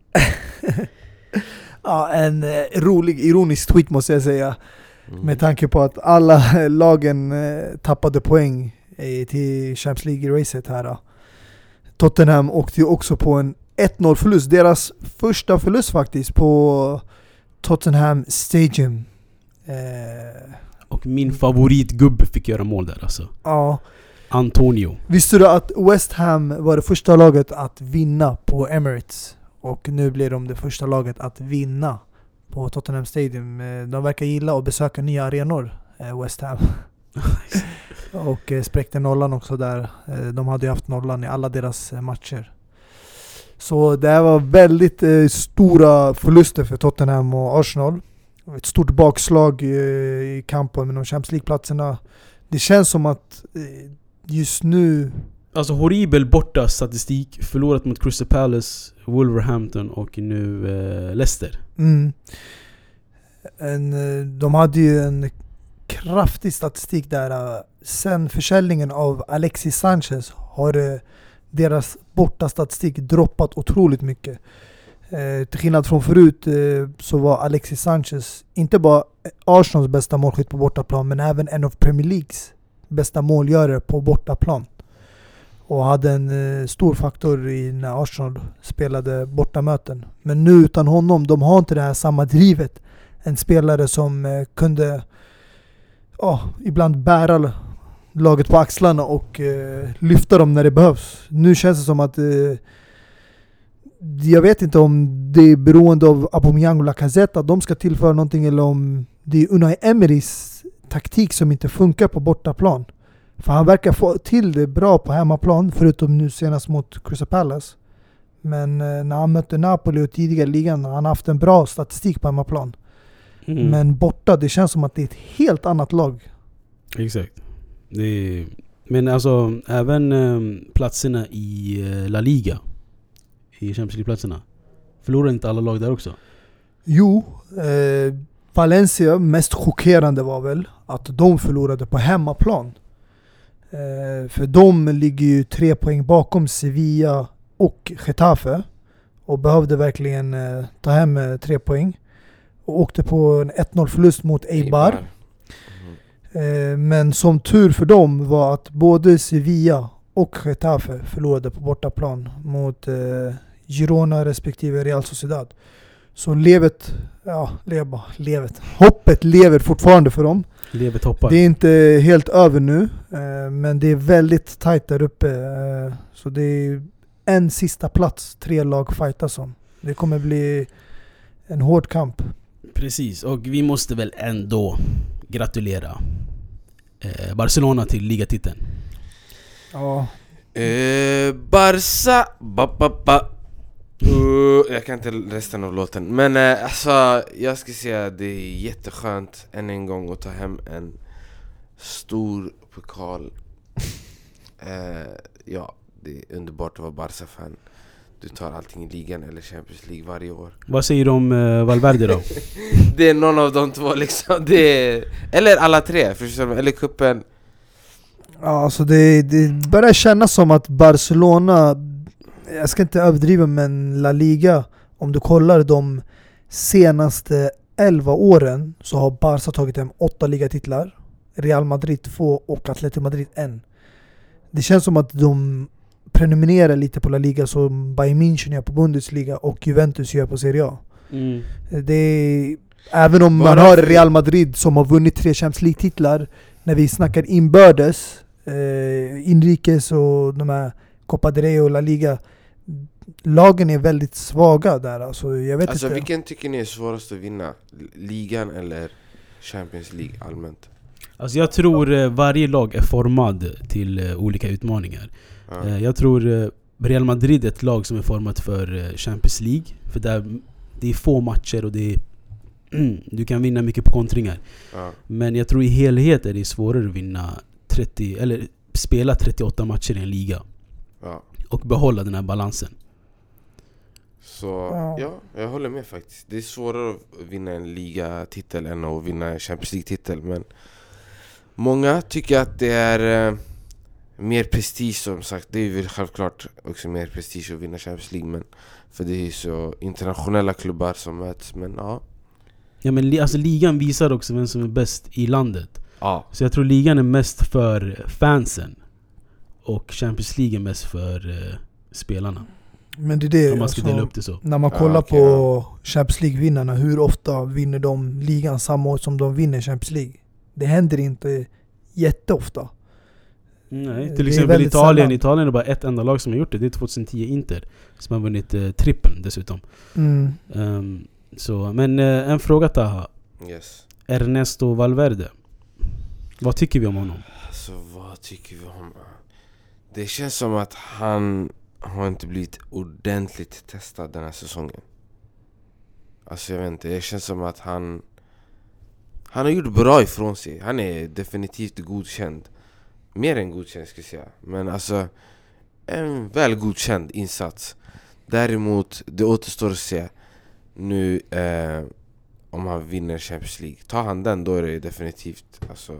C: Ja, en eh, rolig, ironisk tweet måste jag säga. Mm. Med tanke på att alla lagen eh, tappade poäng eh, till Champions League-racet här. Då. Tottenham åkte ju också på en ett noll förlust. Deras första förlust faktiskt på Tottenham Stadium. Eh,
A: Och min favoritgubbe fick göra mål där alltså.
C: Ja.
A: Antonio.
C: Visste du att West Ham var det första laget att vinna på Emirates? Och nu blir de det första laget att vinna på Tottenham Stadium. De verkar gilla att besöka nya arenor, West Ham. Och spräckte nollan också där. De hade ju haft nollan i alla deras matcher. Så det här var väldigt eh, stora förluster för Tottenham och Arsenal. Ett stort bakslag eh, i kampen med de Champions League-platserna. Det känns som att eh, just nu...
A: Alltså horribel borta statistik. Förlorat mot Crystal Palace, Wolverhampton och nu eh, Leicester.
C: Mm. En, de hade ju en kraftig statistik där. Sen försäljningen av Alexis Sanchez har eh, deras borta statistik droppat otroligt mycket. Eh, till skillnad från förut eh, så var Alexis Sanchez inte bara Arsenals bästa målskytt på bortaplan, men även en av Premier Leagues bästa målgörare på bortaplan. Och hade en eh, stor faktor i när Arsenal spelade bortamöten. Men nu utan honom, de har inte det här samma drivet. En spelare som eh, kunde oh, ibland bära laget på axlarna och eh, lyfta dem när det behövs. Nu känns det som att eh, jag vet inte om det är beroende av Aubameyang och Lacazette att de ska tillföra någonting, eller om det är Unai Emerys taktik som inte funkar på bortaplan. För han verkar få till det bra på hemmaplan, förutom nu senast mot Crystal Palace. Men eh, när han mötte Napoli och tidigare i ligan, han har haft en bra statistik på hemmaplan. Mm. Men borta, det känns som att det är ett helt annat lag.
A: Exakt. Det är, men alltså även eh, platserna i eh, La Liga, i Champions League-platserna, förlorar inte alla lag där också?
C: Jo, eh, Valencia, mest chockerande var väl att de förlorade på hemmaplan. Eh, för de ligger ju tre poäng bakom Sevilla och Getafe och behövde verkligen eh, ta hem eh, tre poäng. Och åkte på en ett noll förlust mot Eibar. Mm. Eh, men som tur för dem var att både Sevilla och Getafe förlorade på bortaplan mot eh, Girona respektive Real Sociedad. Så levet, ja, leva, levet. Hoppet lever fortfarande för dem.
A: Levet hoppar.
C: Det är inte helt över nu, eh, men det är väldigt tajt där uppe. Eh, så det är en sista plats, tre lag fightas om. Det kommer bli en hård kamp.
A: Precis, och vi måste väl ändå gratulera eh, Barcelona till ligatiteln.
C: Ja.
B: Eh, Barca ba, ba, ba. Uh, jag kan inte resten av låten. Men eh, alltså, jag ska säga att det är jätteskönt än en gång att ta hem en stor pokal. eh, Ja, det är underbart att vara Barca-fan. Du tar allting i ligan eller Champions League varje år.
A: Vad säger du om uh, Valverde då?
B: Det är någon av de två liksom. Det är, eller alla tre, förstår, eller kuppen.
C: Ja, alltså det, det börjar kännas som att Barcelona, jag ska inte överdriva, men La Liga, om du kollar de senaste elva åren så har Barca tagit hem åtta ligatitlar, Real Madrid två och Atletico Madrid en. Det känns som att de prenumererar lite på La Liga som Bayern München gör på Bundesliga och Juventus gör på Serie A. Mm. Det är, även om man har Real Madrid som har vunnit tre Champions League-titlar, när vi snackar inbördes, eh, inrikes och de här Copa del Rey och La Liga, lagen är väldigt svaga där. Alltså, jag vet
B: alltså
C: inte.
B: Vilken tycker ni är svårast att vinna? Ligan eller Champions League allmänt?
A: Alltså jag tror eh, varje lag är formad till eh, olika utmaningar. Ja. Eh, jag tror eh, Real Madrid är ett lag som är format för eh, Champions League. För där, det är få matcher och det är, du kan vinna mycket på kontringar. Ja. Men jag tror i helhet är det svårare att vinna trettio eller spela trettioåtta matcher i en liga. Ja. Och behålla den här balansen.
B: Så ja. ja, jag håller med faktiskt. Det är svårare att vinna en ligatitel än att vinna en Champions League-titel. Men många tycker att det är eh, mer prestige, som sagt. Det är väl självklart också mer prestige att vinna Champions League. Men, för det är så internationella klubbar som möts. Men ja.
A: Ja, men alltså, ligan visar också vem som är bäst i landet.
B: Ja.
A: Så jag tror ligan är mest för fansen. Och Champions League är mest för eh, spelarna.
C: Men det är det,
A: om man ska
C: alltså,
A: dela upp det så.
C: När man kollar
B: ja, okay,
C: på Champions League-vinnarna, hur ofta vinner de ligan samma år som de vinner Champions League? Det händer inte jätteofta.
A: Nej, till
C: Det är
A: exempel
C: väldigt
A: Italien.
C: sällan.
A: Italien är bara ett enda lag som har gjort det. Det är tjugohundratio Inter som har vunnit eh, trippen dessutom.
C: Mm.
A: Um, så, men eh, en fråga, Taha.
B: Yes.
A: Ernesto Valverde. Vad tycker vi om honom?
B: Alltså vad tycker vi om? Det känns som att han har inte blivit ordentligt testad den här säsongen. Alltså jag vet inte, det känns som att han Han har gjort bra ifrån sig. Han är definitivt godkänd. Mer än godkänd ska jag säga. Men alltså en väl godkänd insats. Däremot det återstår att se nu eh, om han vinner Champions League. Tar han den, då är det definitivt alltså,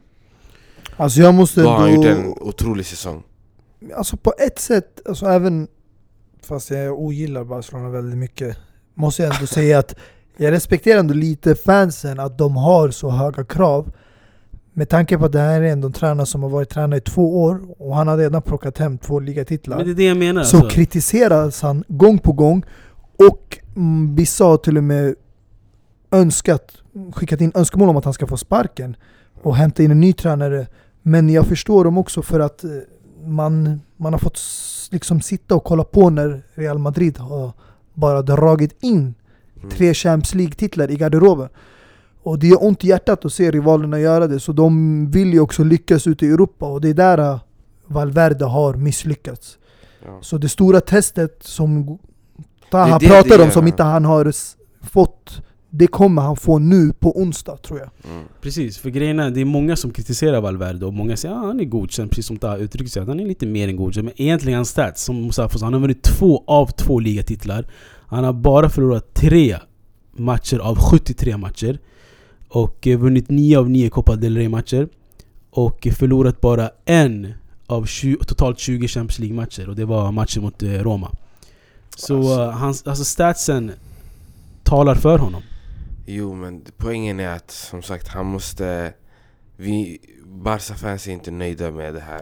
C: Alltså jag måste
B: då har han
C: ändå...
B: gjort en otrolig säsong.
C: Alltså på ett sätt, alltså även fast jag ogillar Barcelona väldigt mycket, måste jag ändå säga att jag respekterar ändå lite fansen att de har så höga krav. Med tanke på att det här är ändå en tränare som har varit tränare i två år och han har redan plockat hem två ligatitlar.
A: Men det är det jag menar.
C: Så
A: alltså.
C: kritiseras han gång på gång och mm, vissa har till och med önskat, skickat in önskemål om att han ska få sparken och hämta in en ny tränare. Men jag förstår dem också för att man, man har fått liksom sitta och kolla på när Real Madrid har bara dragit in tre Champions League-titlar i garderoben. Och det är ont i hjärtat att se rivalerna göra det. Så de vill ju också lyckas ute i Europa. Och det är där Valverde har misslyckats.
B: Ja.
C: Så det stora testet som Taha
B: det,
C: pratar
B: det,
C: om som
B: ja.
C: inte han har s- fått, det kommer han få nu på onsdag tror jag.
B: Mm.
A: Precis, för grejen är, det är många som kritiserar Valverde och många säger att ah, han är godkänd, precis som Taha uttrycker sig, att han är lite mer än godkänd. Men egentligen hans stats, som Mustafa sa, han har vunnit två av två ligatitlar. Han har bara förlorat tre matcher av sjuttiotre matcher och eh, vunnit nio av nio Copa del Rey matcher och förlorat bara en av tjugo, totalt tjugo Champions League matcher, och det var matchen mot eh, Roma. Så
B: Alltså.
A: uh, hans, alltså statsen talar för honom.
B: Jo, men poängen är att som sagt han måste, vi Barca-fans är inte nöjda med det här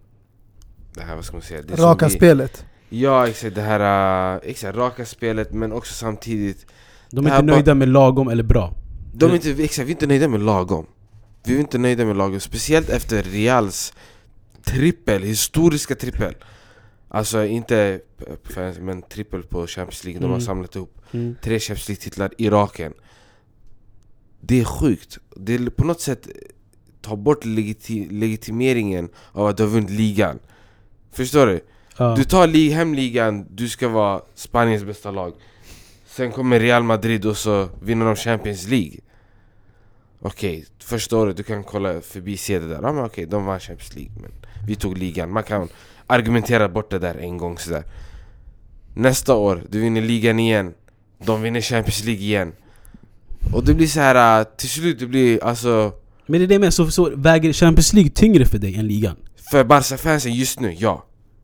B: det här, vad ska man säga, det
C: Raka
B: vi,
C: spelet.
B: Ja, exakt, det här uh, exakt, raka spelet, men också samtidigt
A: De
B: det
A: är
B: här
A: inte nöjda med lagom eller bra.
B: de är inte, exakt, vi är inte nöjda med lagom. Vi är inte nöjda med lagom, speciellt efter Reals trippel, historiska trippel. Alltså inte men trippel på Champions League. De
A: Mm.
B: har samlat ihop
A: Mm.
B: tre Champions League-titlar i raken. Det är sjukt. Det är på något sätt tar bort legiti- legitimeringen av att du har vunnit ligan. Förstår du?
A: Ja.
B: Du tar li- hem ligan, du ska vara Spaniens bästa lag. Sen kommer Real Madrid och så vinner de Champions League. Okej, okay, första året du kan kolla förbi, se det där. Ja, men okej, okay, de vann Champions League, men vi tog ligan. Man kan argumentera bort det där en gång sådär. Nästa år, du vinner ligan igen. De vinner Champions League igen. Och det blir så här till slut, det blir alltså...
A: Men det är det med, så, så väger Champions League tyngre för dig än ligan?
B: För Barca-fansen just nu, ja.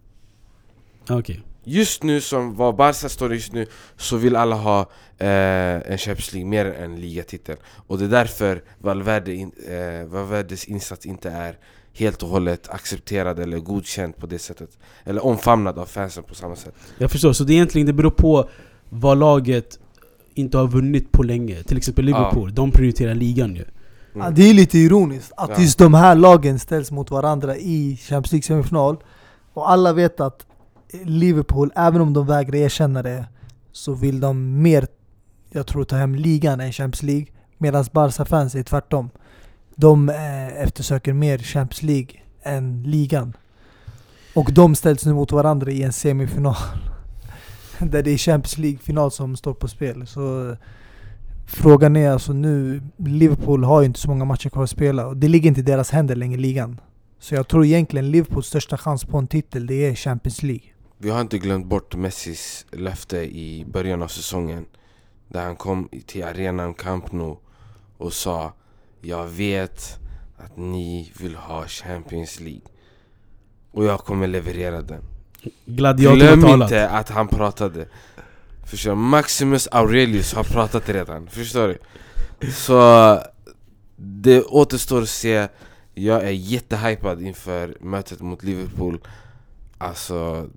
A: Okej. Okay.
B: Just nu, som vad Barca står just nu, så vill alla ha eh, en Champions League mer än en ligatitel. Och det är därför Valverde in, eh, Valverdes insats inte är helt och hållet accepterad eller godkänd på det sättet. Eller omfamnad av fansen på samma sätt.
A: Jag förstår, så det egentligen det beror på vad laget inte har vunnit på länge. Till exempel Liverpool, ja. De prioriterar ligan ju.
B: Mm.
C: Ja, det är lite ironiskt att
B: Ja.
C: just de här lagen ställs mot varandra i Champions League semifinal. Och alla vet att Liverpool, även om de vägrar erkänna det, så vill de mer, jag tror, ta hem ligan än Champions League. Medan Barca-fans är tvärtom. De eh, eftersöker mer Champions League än ligan. Och de ställs nu mot varandra i en semifinal. Där det är Champions League-final som står på spel. Så eh, frågan är alltså nu, Liverpool har ju inte så många matcher kvar att spela. Och det ligger inte i deras händer längre i ligan. Så jag tror egentligen Liverpools största chans på en titel, det är Champions League.
B: Vi har inte glömt bort Messis löfte i början av säsongen, där han kom till arenan Camp Nou och sa: jag vet att ni vill ha Champions League och jag kommer leverera den.
A: Gladiator
B: Glöm
A: har talat.
B: inte att han pratade. Förstår, Maximus Aurelius har pratat redan. Förstår du? Så det återstår att se. Jag är jättehypad inför mötet mot Liverpool. Alltså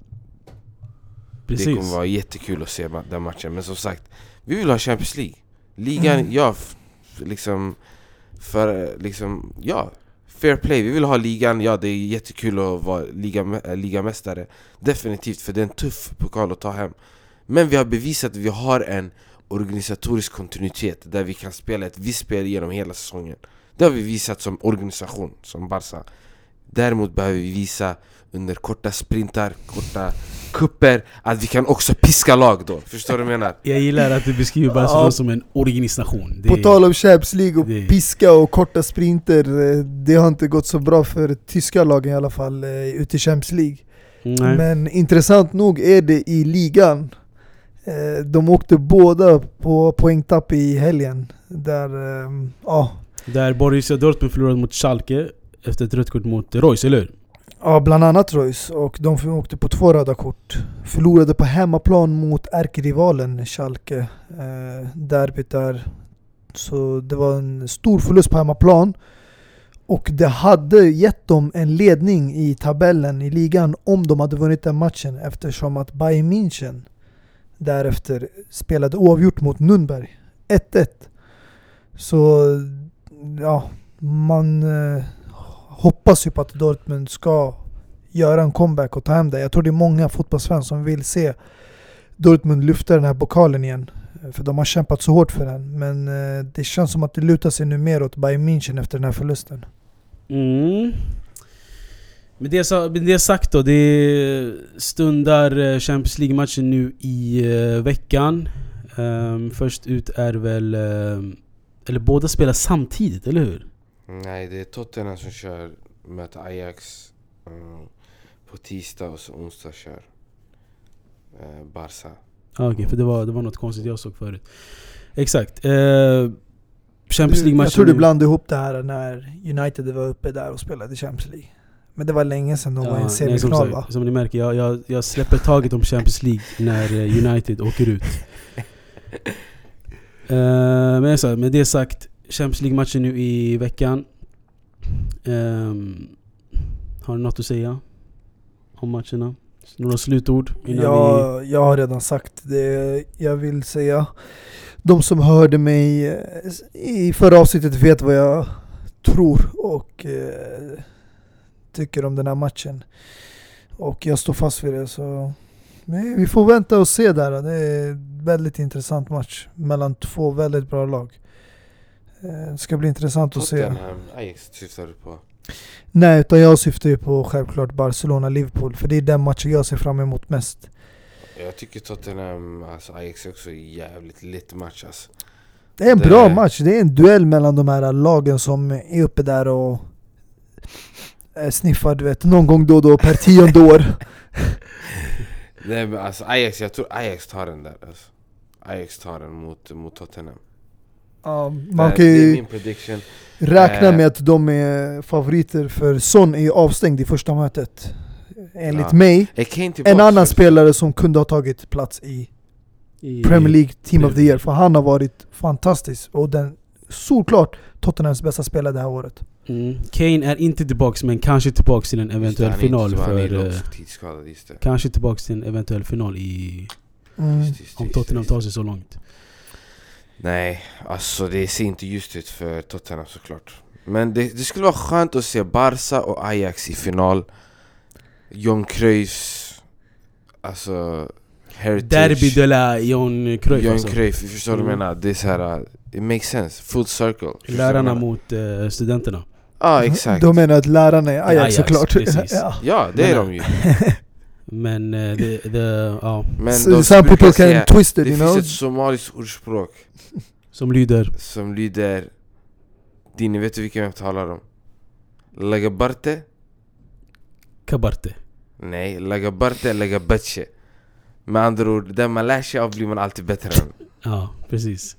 A: Precis.
B: det kommer vara jättekul att se den matchen. Men som sagt, vi vill ha Champions League. Ligan,
C: Mm.
B: ja, f- liksom För liksom, ja, fair play. Vi vill ha ligan. Ja, det är jättekul att vara liga, ligamästare. Definitivt, för det är en tuff pokal att ta hem. Men vi har bevisat att vi har en organisatorisk kontinuitet där vi kan spela ett visst spel genom hela säsongen. Det har vi visat som organisation, som Barca. Däremot behöver vi visa under korta sprintar, korta kupper, att vi kan också piska lag då. Förstår du vad jag menar?
A: Jag gillar att du beskriver Barcelona ja. som en organisation.
C: Det På är, tal om Champions League och är, piska och korta sprinter, det har inte gått så bra för tyska lagen i alla fall ute i Champions League. Nej. Men intressant nog är det i ligan. De åkte båda på poängtapp i helgen. Där, ja.
A: Där Borussia Dortmund förlorade mot Schalke efter ett rött kort mot Reus, eller hur?
C: Ja, bland annat Reus. Och de åkte på två röda kort. Förlorade på hemmaplan mot ärkerivalen Schalke. Eh, derbyt där. Så det var en stor förlust på hemmaplan. Och det hade gett dem en ledning i tabellen i ligan om de hade vunnit den matchen. Eftersom att Bayern München därefter spelade oavgjort mot Nürnberg. ett ett. Så ja, man eh, hoppas ju på att Dortmund ska göra en comeback och ta hem det. Jag tror det är många fotbollsfans som vill se Dortmund lyfta den här pokalen igen. För de har kämpat så hårt för den. Men eh, det känns som att det lutar sig nu mer åt Bayern München efter den här förlusten.
A: Mm. Med det, med det sagt då, det stundar Champions League-matchen nu i uh, veckan. Um, först ut är väl... Uh, eller båda spelar samtidigt, eller hur?
B: Nej, det är Tottenham som kör, möter Ajax um, på tisdag och så onsdag kör uh, Barca.
A: Ah, Okej, okay, för det var, det var något konstigt jag såg förut. Exakt. Uh, Champions League-matchen...
C: Jag tror du blandade ihop det här när United var uppe där och spelade Champions League. Men det var länge sedan de ja, var i en semifinal,
A: nej,
C: va?
A: Som ni märker, jag, jag, jag släpper taget om Champions League när United åker ut. Uh, men så, med det sagt, Champions League-matchen nu i veckan. Um, har du något att säga om matcherna? Några slutord?
C: Ja, vi... Jag har redan sagt det jag vill säga. De som hörde mig i förra avsnittet vet vad jag tror och eh, tycker om den här matchen. Och jag står fast vid det, så men vi får vänta och se där. Det är en väldigt intressant match mellan två väldigt bra lag. Det ska bli intressant att se.
B: Ajax syftar du på?
C: Nej, utan jag syftar ju på självklart Barcelona-Liverpool. För det är den matchen jag ser fram emot mest.
B: Jag tycker Tottenham, alltså Ajax är också jävligt lätt match alltså.
C: Det är en det... bra match. Det är en duell mellan de här lagen som är uppe där och sniffar, du vet, någon gång då och då per tionde år.
B: Nej, men alltså Ajax, jag tror Ajax tar den där alltså. Ajax tar den mot, mot Tottenham.
C: Ja, man kan ju räkna med att de är favoriter, för Son är avstängd i första mötet. Enligt ja. mig, en annan spelare som kunde ha tagit plats i, I Premier League Team of the Year, för han har varit fantastisk och den såklart Tottenhams bästa spelare det här året.
A: Mm. Kane är inte tillbaka, men kanske tillbaka till en eventuell det, final för uh, kanske tillbaka till en eventuell final i mm. just, just, om Tottenham tar sig så långt.
B: Nej, alltså det ser inte just ut för Tottenham såklart. Men det, det skulle vara skönt att se Barca och Ajax i final. John Cruyffs, alltså heritage.
A: Derby de la John Cruyff.
B: John
A: alltså.
B: Cruyff, förstår du mm. menar? Det är så här, it makes sense, full circle.
A: Lärarna mot uh, studenterna.
B: Ja, ah, exakt.
C: De menar att lärarna är Ajax, Ajax såklart.
B: ja. ja, det är de ju.
A: Men uh, det, det, ja.
B: Men
C: so, some people can twist it,
B: det
C: you
B: finns
C: know?
B: ett somaliskt ordspråk
A: som lyder
B: Som lyder Dini, vet du vilken jag talar om? Lagabarte
A: Kabarte.
B: Nej, lagabarte, lagabache. Med andra ord, där man lär sig av blir man alltid bättre än.
A: Ja, precis.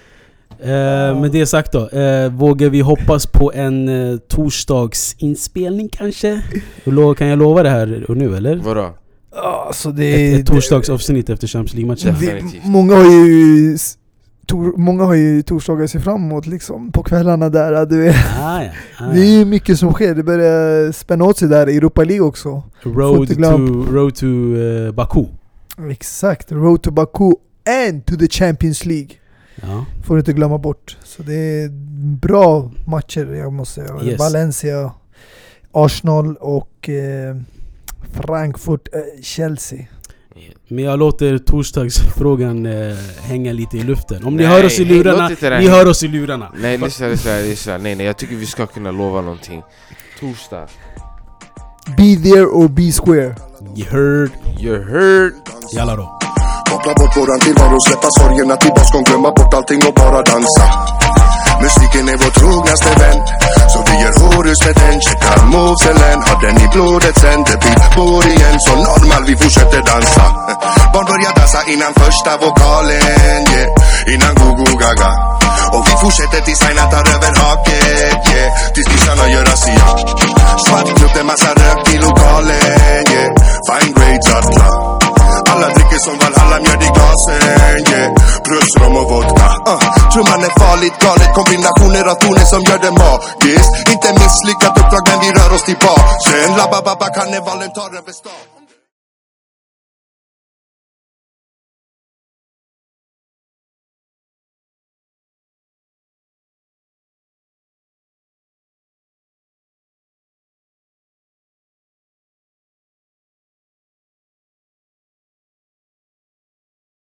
A: Uh, med det sagt då, uh, vågar vi hoppas på en uh, torsdagsinspelning kanske? Kan jag lova det här och nu, eller?
B: Vadå?
C: Alltså det,
A: ett, ett torsdagsavsnitt efter Champions League-matchen.
C: Många har ju tor, Många har ju torsdagar sig fram emot liksom, på kvällarna där. Du vet. Ah, ja, ah, det är ju mycket som sker. Det börjar spänna åt sig där i Europa League också.
A: Road to, road to uh, Baku.
C: Exakt, Road to Baku and to the Champions League.
A: Ja.
C: Får du inte glömma bort. Så det är bra matcher, jag måste säga.
A: Yes.
C: Valencia, Arsenal och eh, Frankfurt, eh, Chelsea.
A: Men jag låter torsdagsfrågan eh, hänga lite i luften. Om
B: Nej,
A: ni hör oss i
B: häng-
A: lurarna,
B: låt inte det
A: ni
B: här-
A: hör oss i lurarna.
B: Nej, lyssna, lyssna, lyssna. Nej, nej, jag tycker vi ska kunna lova någonting. Torsdag.
C: Be there or be square.
A: You heard.
B: You heard.
A: Jalla då.
F: Koppla bort våran tillvaro, släppa sorgerna till baskon, glömma bort allting och bara dansa. Musiken är vår trognaste vän, så vi gör horus med den. Checkar moveselen, har den i blodet sen. Det blir bor igen, så normal vi fortsätter dansa. Barn börjar dansa innan första vokalen, yeah. Innan go-go gaga. Och vi fortsätter tills Aina tar över haket, yeah. Tills kissarna gör Asia. Svart klubb, det massa rök i lokalen, yeah. Fine grades alla. Alla dricker som Valhalla, mjöd i glasen, yeah. Plus rom och vodka, uh. Trumman är farligt galet, kombinationer av toner som gör det magiskt. Inte misslyckat uppdrag men vi rör oss tillbaka. Sen labba babba, karnevalen tar över stan.